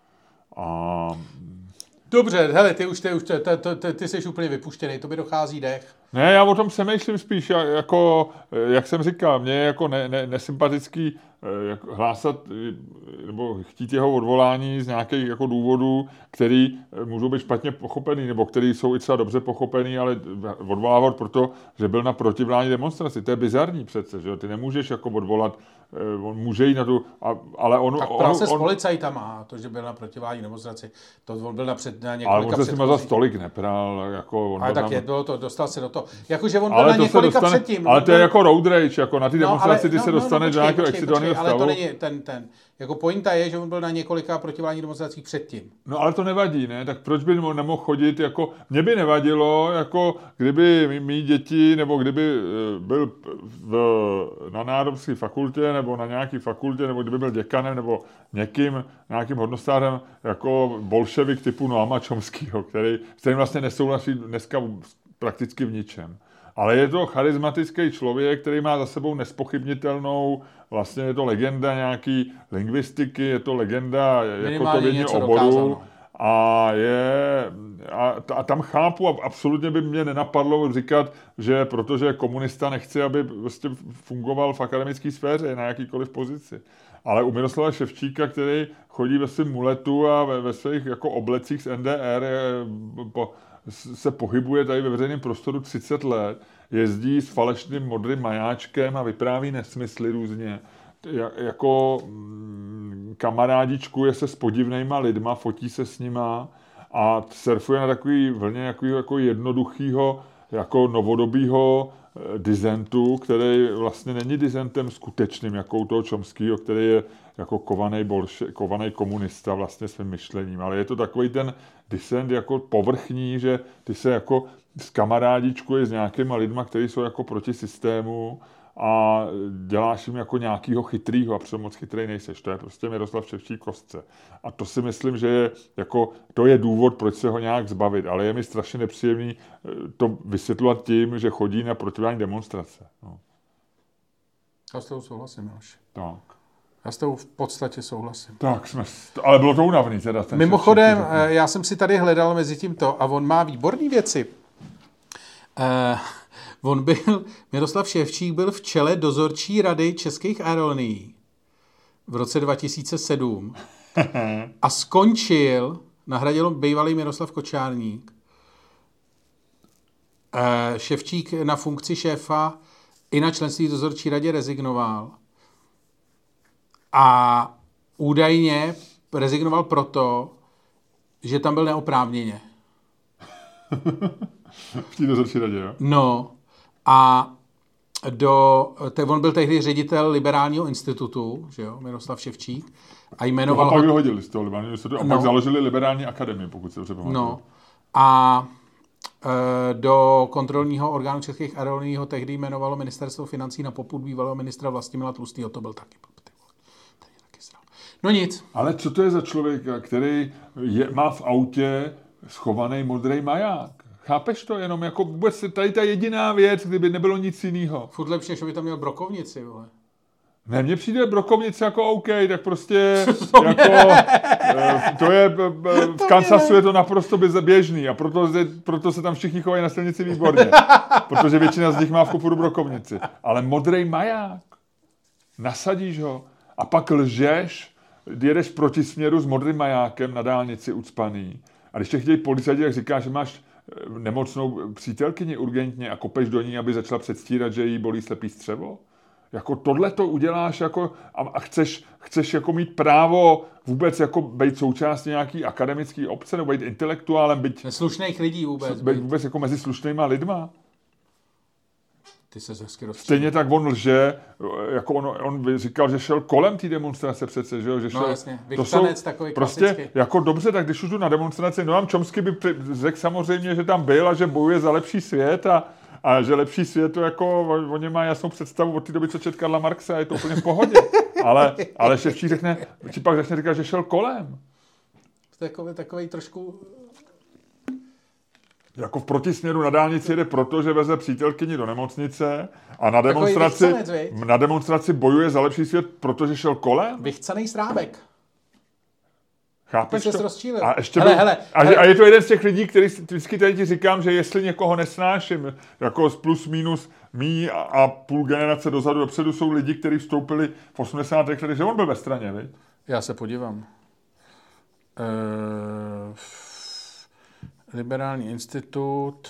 A... Dobře, hele, ty už, ty, už ty, ty, ty, ty jsi úplně vypuštěný, to by dochází dech. Ne, já o tom přemýšlím spíš, jako, jak jsem říkal, mně je jako ne, ne, nesympatický jak hlásat nebo chtít jeho odvolání z nějakých jako důvodů, který můžou být špatně pochopený, nebo který jsou i třeba dobře pochopený, ale odvolávat proto, že byl na protivládní demonstraci. To je bizarní přece, že jo? Ty nemůžeš jako odvolat, on může jít na tu, a, ale on... Tak pral se on, s policajtama, to, že byl na protivládní demonstraci, to on byl na, před, na několika ale on se s nima za stolik nepral, jako... On ale tak tam, je, bylo to, dostal se do toho. Jakože on byl ale na několika dostane, předtím. Ale to je jako road rage, jako na ty demonstraci, no, ty no, se no, dostaneš do no, nějakého počkej, excitovaného stavu. Ale to není ten, ten. Jako pointa je, že on byl na několika protivládních demonstracích předtím. No ale to nevadí, ne? Tak proč by nemohl chodit, jako... Mně by nevadilo, jako kdyby mý děti, nebo kdyby byl v, na národské fakultě, nebo na nějaké fakultě, nebo kdyby byl děkanem, nebo někým, nějakým hodnostářem, jako bolševik typu Noama Chomskyho, který, s kterým vlastně nesouhlasí dneska prakticky v ničem. Ale je to charismatický člověk, který má za sebou nespochybnitelnou, vlastně je to legenda nějaký lingvistiky, je to legenda jako to vědního oboru. A, je, a, a tam chápu, a absolutně by mě nenapadlo říkat, že protože komunista nechce, aby vlastně fungoval v akademické sféře na jakýkoliv pozici. Ale u Miroslava Ševčíka, který chodí ve svém muletu a ve, ve svých jako oblecích z N D R, je, po, se pohybuje tady ve veřejném prostoru třicet let, jezdí s falešným modrým majáčkem a vypráví nesmysly různě. Jako kamarádičkuje se s podivnýma lidma, fotí se s nima a surfuje na takový vlně jako, jako jednoduchýho, jako novodobýho dizentu, který vlastně není dizentem skutečným, jako u toho Chomskyho, který je jako kovaný, bolše, kovaný komunista vlastně svým myšlením. Ale je to takový ten disent jako povrchní, že ty se jako s kamarádičkuje s nějakýma lidma, kteří jsou jako proti systému a děláš jim jako nějakýho chytrýho a přitom moc chytrý nejseš. To je prostě Miroslav Ševčík kostce. A to si myslím, že je, jako, to je důvod, proč se ho nějak zbavit. Ale je mi strašně nepříjemný to vysvětlovat tím, že chodí na protivládní demonstrace. No. Já s tou souhlasím, Miloš. Tak. Já s tou v podstatě souhlasím. Tak jsme, ale bylo to únavný teda. Ten Mimochodem, Ševčík, já jsem si tady hledal mezi tímto a on má výborné věci. Uh, on byl, Miroslav Ševčík byl v čele dozorčí rady Českých aerolinií v roce dva tisíce sedm a skončil, nahradil bývalý Miroslav Kočárník. Uh, Ševčík na funkci šéfa i na členství v dozorčí radě rezignoval. A údajně rezignoval proto, že tam byl neoprávněně. V té dozorčí radě, jo? No. A do, te, on byl tehdy ředitel Liberálního institutu, že jo, Miroslav Ševčík. A jmenoval... No a pak vyhodili z toho Liberálního institutu a no. pak založili Liberální akademii, pokud se dobře pamatuju. No. A e, do kontrolního orgánu Českých aerolinií ho tehdy jmenovalo Ministerstvo financí na popud bývalého ministra Vlastimila Tlustýho. To byl taky... No nic. Ale co to je za člověka, který je, má v autě schovaný modrý maják? Chápeš to? Jenom jako vůbec tady ta jediná věc, kdyby nebylo nic jiného. Furt lepší, než by tam měl brokovnici, vole. Ne, mně přijde brokovnice jako OK, tak prostě jako, to je, v Kansasu je to naprosto běžný a proto, proto se tam všichni chovají na silnici výborně. Protože většina z nich má v koforu brokovnici. Ale modrý maják, nasadíš ho a pak lžeš, jedeš proti směru s modrým majákem na dálnici ucpaný. A když tě chtějí policajti, tak říkáš, že máš nemocnou přítelkyni urgentně a kopeš do ní, aby začala předstírat, že jí bolí slepý střevo. Jako tohle to uděláš jako a, a chceš, chceš jako mít právo vůbec jako být součástí nějaký akademický obce nebo být intelektuálem, být neslušných lidí vůbec. Být vůbec jako mezi slušnýma lidma. Ty se hezky rozčil. Stejně tak on lže, jako on, on říkal, že šel kolem té demonstrace přece, že jo? Že šel, no jasně, vychtanec takový prostě klasický. Jako dobře, tak když už jdu na demonstraci, Noam Chomsky by řekl samozřejmě, že tam byl a že bojuje za lepší svět a, a že lepší svět, to jako, o něm má jasnou představu od té doby, co čet Karla Marxe a je to úplně v pohodě. ale, ale Ševčík řekne, či pak začne říkat, že šel kolem. Takový, takový trošku... Jako v protisměru na dálnici jede proto, že veze přítelkyni do nemocnice a na demonstraci, vychcanec, na demonstraci bojuje za lepší svět, protože šel kolem? Vychcanej Strábek. Chápeš to? A, ještě hele, byl, hele, a, hele. a je to jeden z těch lidí, který vždycky tady ti říkám, že jestli někoho nesnáším, jako z plus minus mý a, a půl generace dozadu dopředu jsou lidi, kteří vstoupili v osmdesátých letech, že on byl ve straně, viď? Já se podívám. Uh... Liberální institut,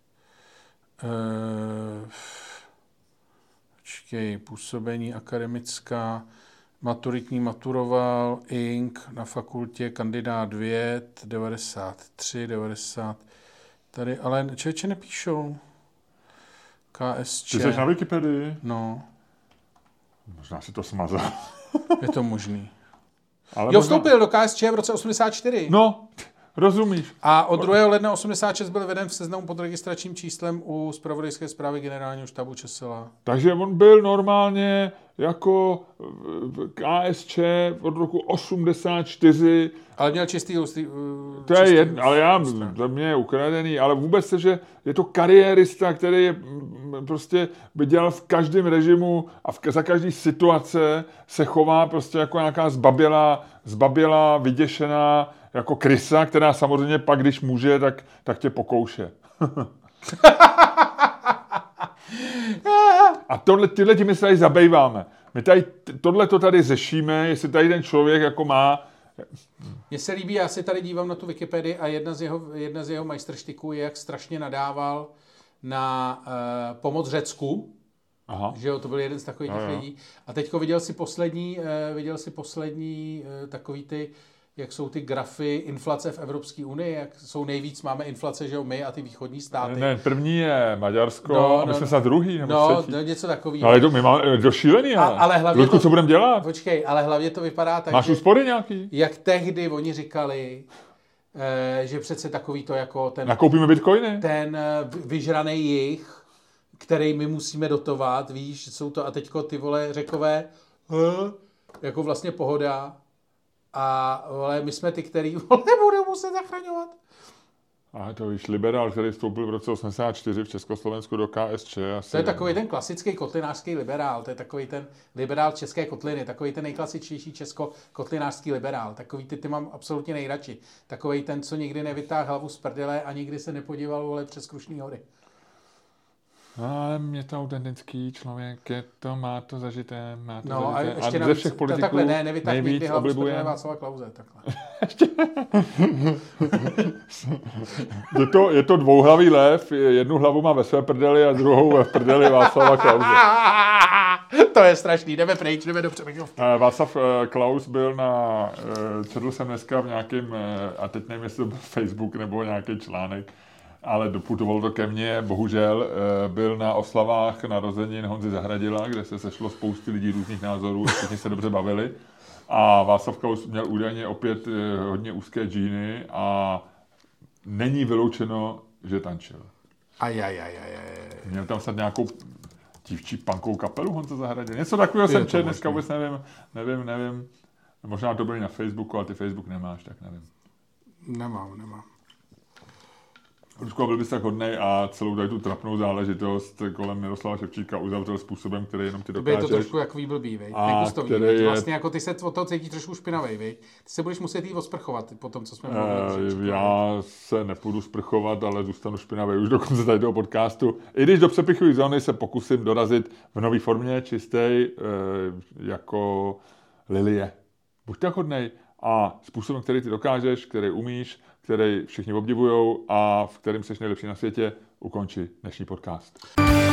uh, počkej, působení akademická, maturitní maturoval, ink na fakultě, kandidát věd, devadesát tři, devadesát, tady, ale člověče nepíšou. K S Č. Ty jsi na Wikipedii? No. Možná si to smazal. Je to možný. Ale jo, možná... vstoupil do K S Č v roce osmdesát čtyři. No, rozumíš. A od druhého ledna osmdesát šest byl veden v seznamu pod registračním číslem u zpravodajské zprávy generálního štábu ČSL. Takže on byl normálně jako K S Č od roku osmdesát čtyři. Ale měl čistý ústý. To je jedno, ale já, za mě je ukradený, ale vůbec se, že je to kariérista, který je prostě by dělal v každém režimu a v, za každý situace se chová prostě jako nějaká zbabělá, zbabělá, vyděšená jako krysa, která samozřejmě pak, když může, tak, tak tě pokouše. A tohle, tyhle tím my se tady zabýváme. My tady, tohle to tady řešíme, jestli tady ten člověk jako má... Mně se líbí, já si tady dívám na tu Wikipedii a jedna z jeho, jedna z jeho majstrštiků je, jak strašně nadával na uh, pomoc Řecku. Aha. Že jo, to byl jeden z takových no, těch lidí. A teďko viděl si poslední, uh, viděl si poslední uh, takový ty, jak jsou ty grafy inflace v Evropské unii, jak jsou nejvíc, máme inflace, že jo, my a ty východní státy. Ne, první je Maďarsko, no, a my no, jsme snad druhý, nebo no, třetí. No, něco takového. No, ale to, my máme do šílený, ale. ale hlavně Ludku, to, co budeme dělat? Počkej, ale hlavně to vypadá tak, máš že, úspory nějaký? Jak tehdy oni říkali, eh, že přece takový to jako ten... Nakoupíme bitcoiny? Ten vyžranej jich, který my musíme dotovat, víš, jsou to a teďko ty vole Řekové, jako vlastně pohoda a vole, my jsme ty, který vole budou muset zachraňovat. A to víš, liberál, který vstoupil v roce osmdesát čtyři v Československu do K S Č. Asi to je takový ten klasický kotlinářský liberál, to je takový ten liberál české kotliny, takový ten nejklasičtější česko-kotlinářský liberál, takový ty, ty mám absolutně nejradši. Takový ten, co nikdy nevytáhl hlavu z prdele a nikdy se nepodíval vole přes Krušný hory. Ale mě to autentický člověk, je to, má to zažité, má to no, zažité. A, ještě a ze všech politiků takhle ne, nevytáhl nikdy hlavu z prdele Václava Klause, takhle. je, to, je to dvouhlavý lev, jednu hlavu má ve své prdeli a druhou ve prdeli Václava Klause. To je strašný, jdeme pryč, jdeme do přebychovky. Václav Klaus byl na, četl jsem dneska v nějakém, a teď nevím, jestli to byl Facebook nebo nějaký článek, ale doputovalo to ke mně, bohužel, byl na oslavách narozenin Honzy Zahradila, kde se sešlo spousty lidí různých názorů, všichni se dobře bavili. A Václav Klaus měl údajně opět hodně úzké džíny a není vyloučeno, že tančil. Ajajajajaj. Měl tam snad nějakou dívčí punkovou kapelu Honza Zahradil. Něco takového jsem četl, dneska vůbec nevím, nevím, nevím. Možná to bylo na Facebooku, ale ty Facebook nemáš, tak nevím. Nemám, nemám. Rusko byl bys tak hodnej a celou tady tu trapnou záležitost kolem Miroslava Ševčíka uzavřel způsobem, který jenom ty dokážeš. Je to trošku jako blbý, vej. A který je... Vlastně jako ty se od toho cítíš trošku špinavej, vej. Ty se budeš muset jít osprchovat po tom, co jsme mluvili. E, já se nepůjdu sprchovat, ale zůstanu špinavej už do konce tady toho podcastu. I když do přepichové zóny se pokusím dorazit v nové formě, čistej, e, jako lilie. Buď tak hodnej a způsobem, který ty dokážeš, který umíš, který všichni obdivujou a v kterém seš nejlepší na světě, ukončí dnešní podcast.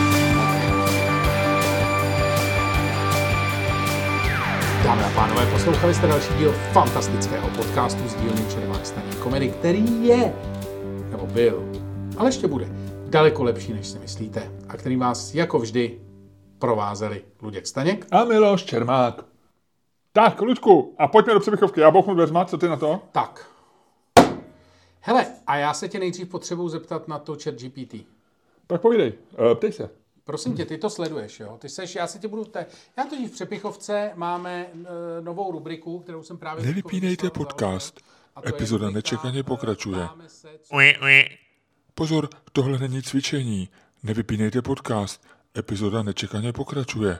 Dámy a pánové, poslouchali jste další díl fantastického podcastu z dílny Čermák Staněk Komedy, který je, nebo byl, ale ještě bude, daleko lepší, než si myslíte a který vás jako vždy provázeli Luděk Staněk a Miloš Čermák. Tak, Luďku, a pojďme do přebychovky. Já bouchnu dveřma, co ty na to? Tak. Hele, a já se tě nejdřív potřebuji zeptat na to ChatGPT. Tak povídej, uh, ptej se. Prosím tě, ty to sleduješ, jo? Ty seš, já se tě budu... Te... Já totiž v Přepichovce máme uh, novou rubriku, kterou jsem právě... Nevypínejte podcast. Epizoda nečekaně pokračuje. Se, co... Pozor, tohle není cvičení. Nevypínejte podcast. Epizoda nečekaně pokračuje.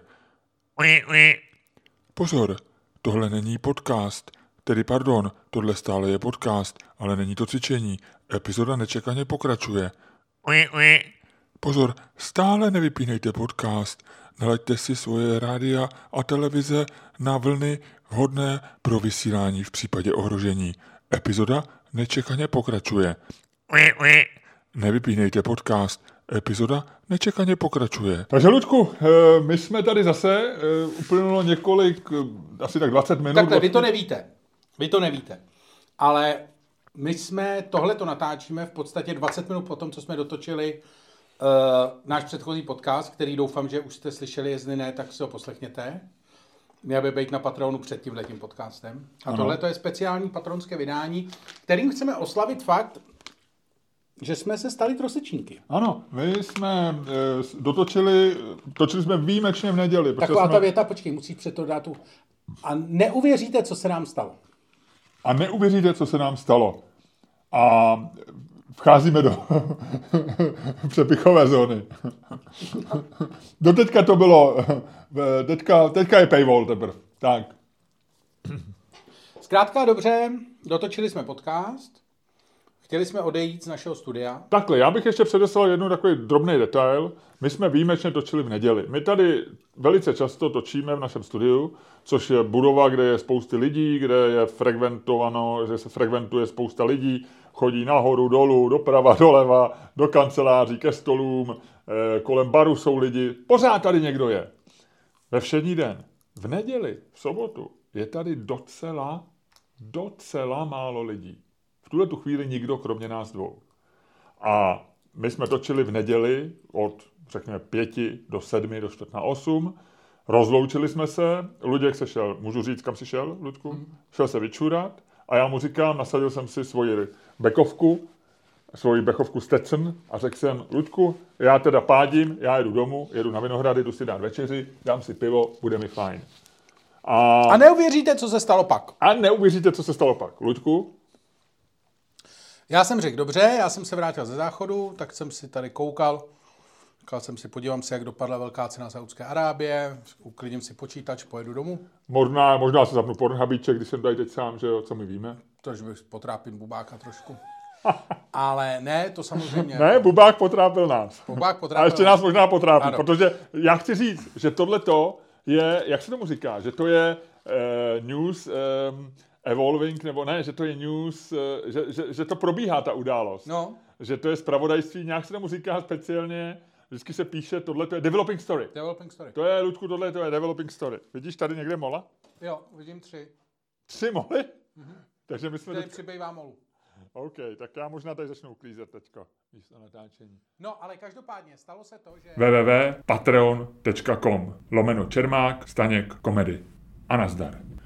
Pozor, tohle není podcast. Tedy pardon, tohle stále je podcast, ale není to cvičení. Epizoda nečekaně pokračuje. Pozor, stále nevypínejte podcast. Nalaďte si svoje rádia a televize na vlny vhodné pro vysílání v případě ohrožení. Epizoda nečekaně pokračuje. Nevypínejte podcast. Epizoda nečekaně pokračuje. Takže, Luďku, my jsme tady zase, uplynulo několik, asi tak dvacet minut. Takhle, vy to nevíte. Vy to nevíte. Ale my jsme, tohle to natáčíme v podstatě dvacet minut po tom, co jsme dotočili uh, náš předchozí podcast, který doufám, že už jste slyšeli, jestli ne, tak si ho poslechněte. Měl by být na Patronu před tímhletím podcastem. A ano. Tohle to je speciální patronské vydání, kterým chceme oslavit fakt, že jsme se stali trosečníky. Ano, my jsme e, dotočili, točili jsme výjimečně v neděli. Taková jsme... ta věta, počkej, musíš před to dát tu... A neuvěříte, co se nám stalo. A neuvěříte, co se nám stalo. A vcházíme do přepichové zóny. Doteďka to bylo, teďka, teďka je paywall teprve. Tak. Zkrátka dobře, dotočili jsme podcast. Chtěli jsme odejít z našeho studia. Takhle, já bych ještě předeslal jednu takový drobný detail. My jsme výjimečně točili v neděli. My tady velice často točíme v našem studiu, což je budova, kde je spousty lidí, kde je frekventováno, že se frekventuje spousta lidí, chodí nahoru, dolů, doprava, doleva, do kanceláří, ke stolům, kolem baru jsou lidi. Pořád tady někdo je. Ve všední den, v neděli, v sobotu, je tady docela, docela málo lidí. V tuhle tu chvíli nikdo, kromě nás dvou. A my jsme točili v neděli od, řekněme, pěti do sedmi, do čtvrt na osm. Rozloučili jsme se, Luděk se šel, můžu říct, kam si šel, Luďku? Hmm. Šel se vyčůrat a já mu říkám, nasadil jsem si svoji bekovku svoji bechovku Stetson a řekl jsem, Luďku, já teda pádím, já jedu domů, jedu na Vinohrady, jdu si dát večeři, dám si pivo, bude mi fajn. A, a neuvěříte, co se stalo pak. A neuvěříte, co se stalo pak. Luďku? Já jsem řekl, dobře, já jsem se vrátil ze záchodu, tak jsem si tady koukal. Říkal jsem si, podívám se, jak dopadla velká cena Saúdské Arábie, uklidím si počítač, pojedu domů. Možná, možná se zapnu Pornhubíček, když jsem tady teď sám, že jo, co my víme. Tož bych potrápil Bubáka trošku. Ale ne, to samozřejmě... Ne, Bubák potrápil nás. Bubák potrápil A ještě nás možná potrápí, ano. Protože já chci říct, že tohleto je, jak se tomu říká, že to je uh, news um, evolving, nebo ne, že to je news, uh, že, že, že to probíhá ta událost. No. Že to je zpravodajství, nějak se tomu říká speciálně, vždycky se píše, tohle to je developing story. Developing story. To je, Luďku, tohle to je developing story. Vidíš tady někde mola? Jo, vidím tři. Tři moly? Mhm. Takže my jsme... Tady přibývá molu. OK, tak já možná tady začnu uklízet teďko, místo natáčení. No, ale každopádně stalo se to, že... w w w tečka patreon tečka com lomeno Čermák, Staněk, komedy. A nazdar.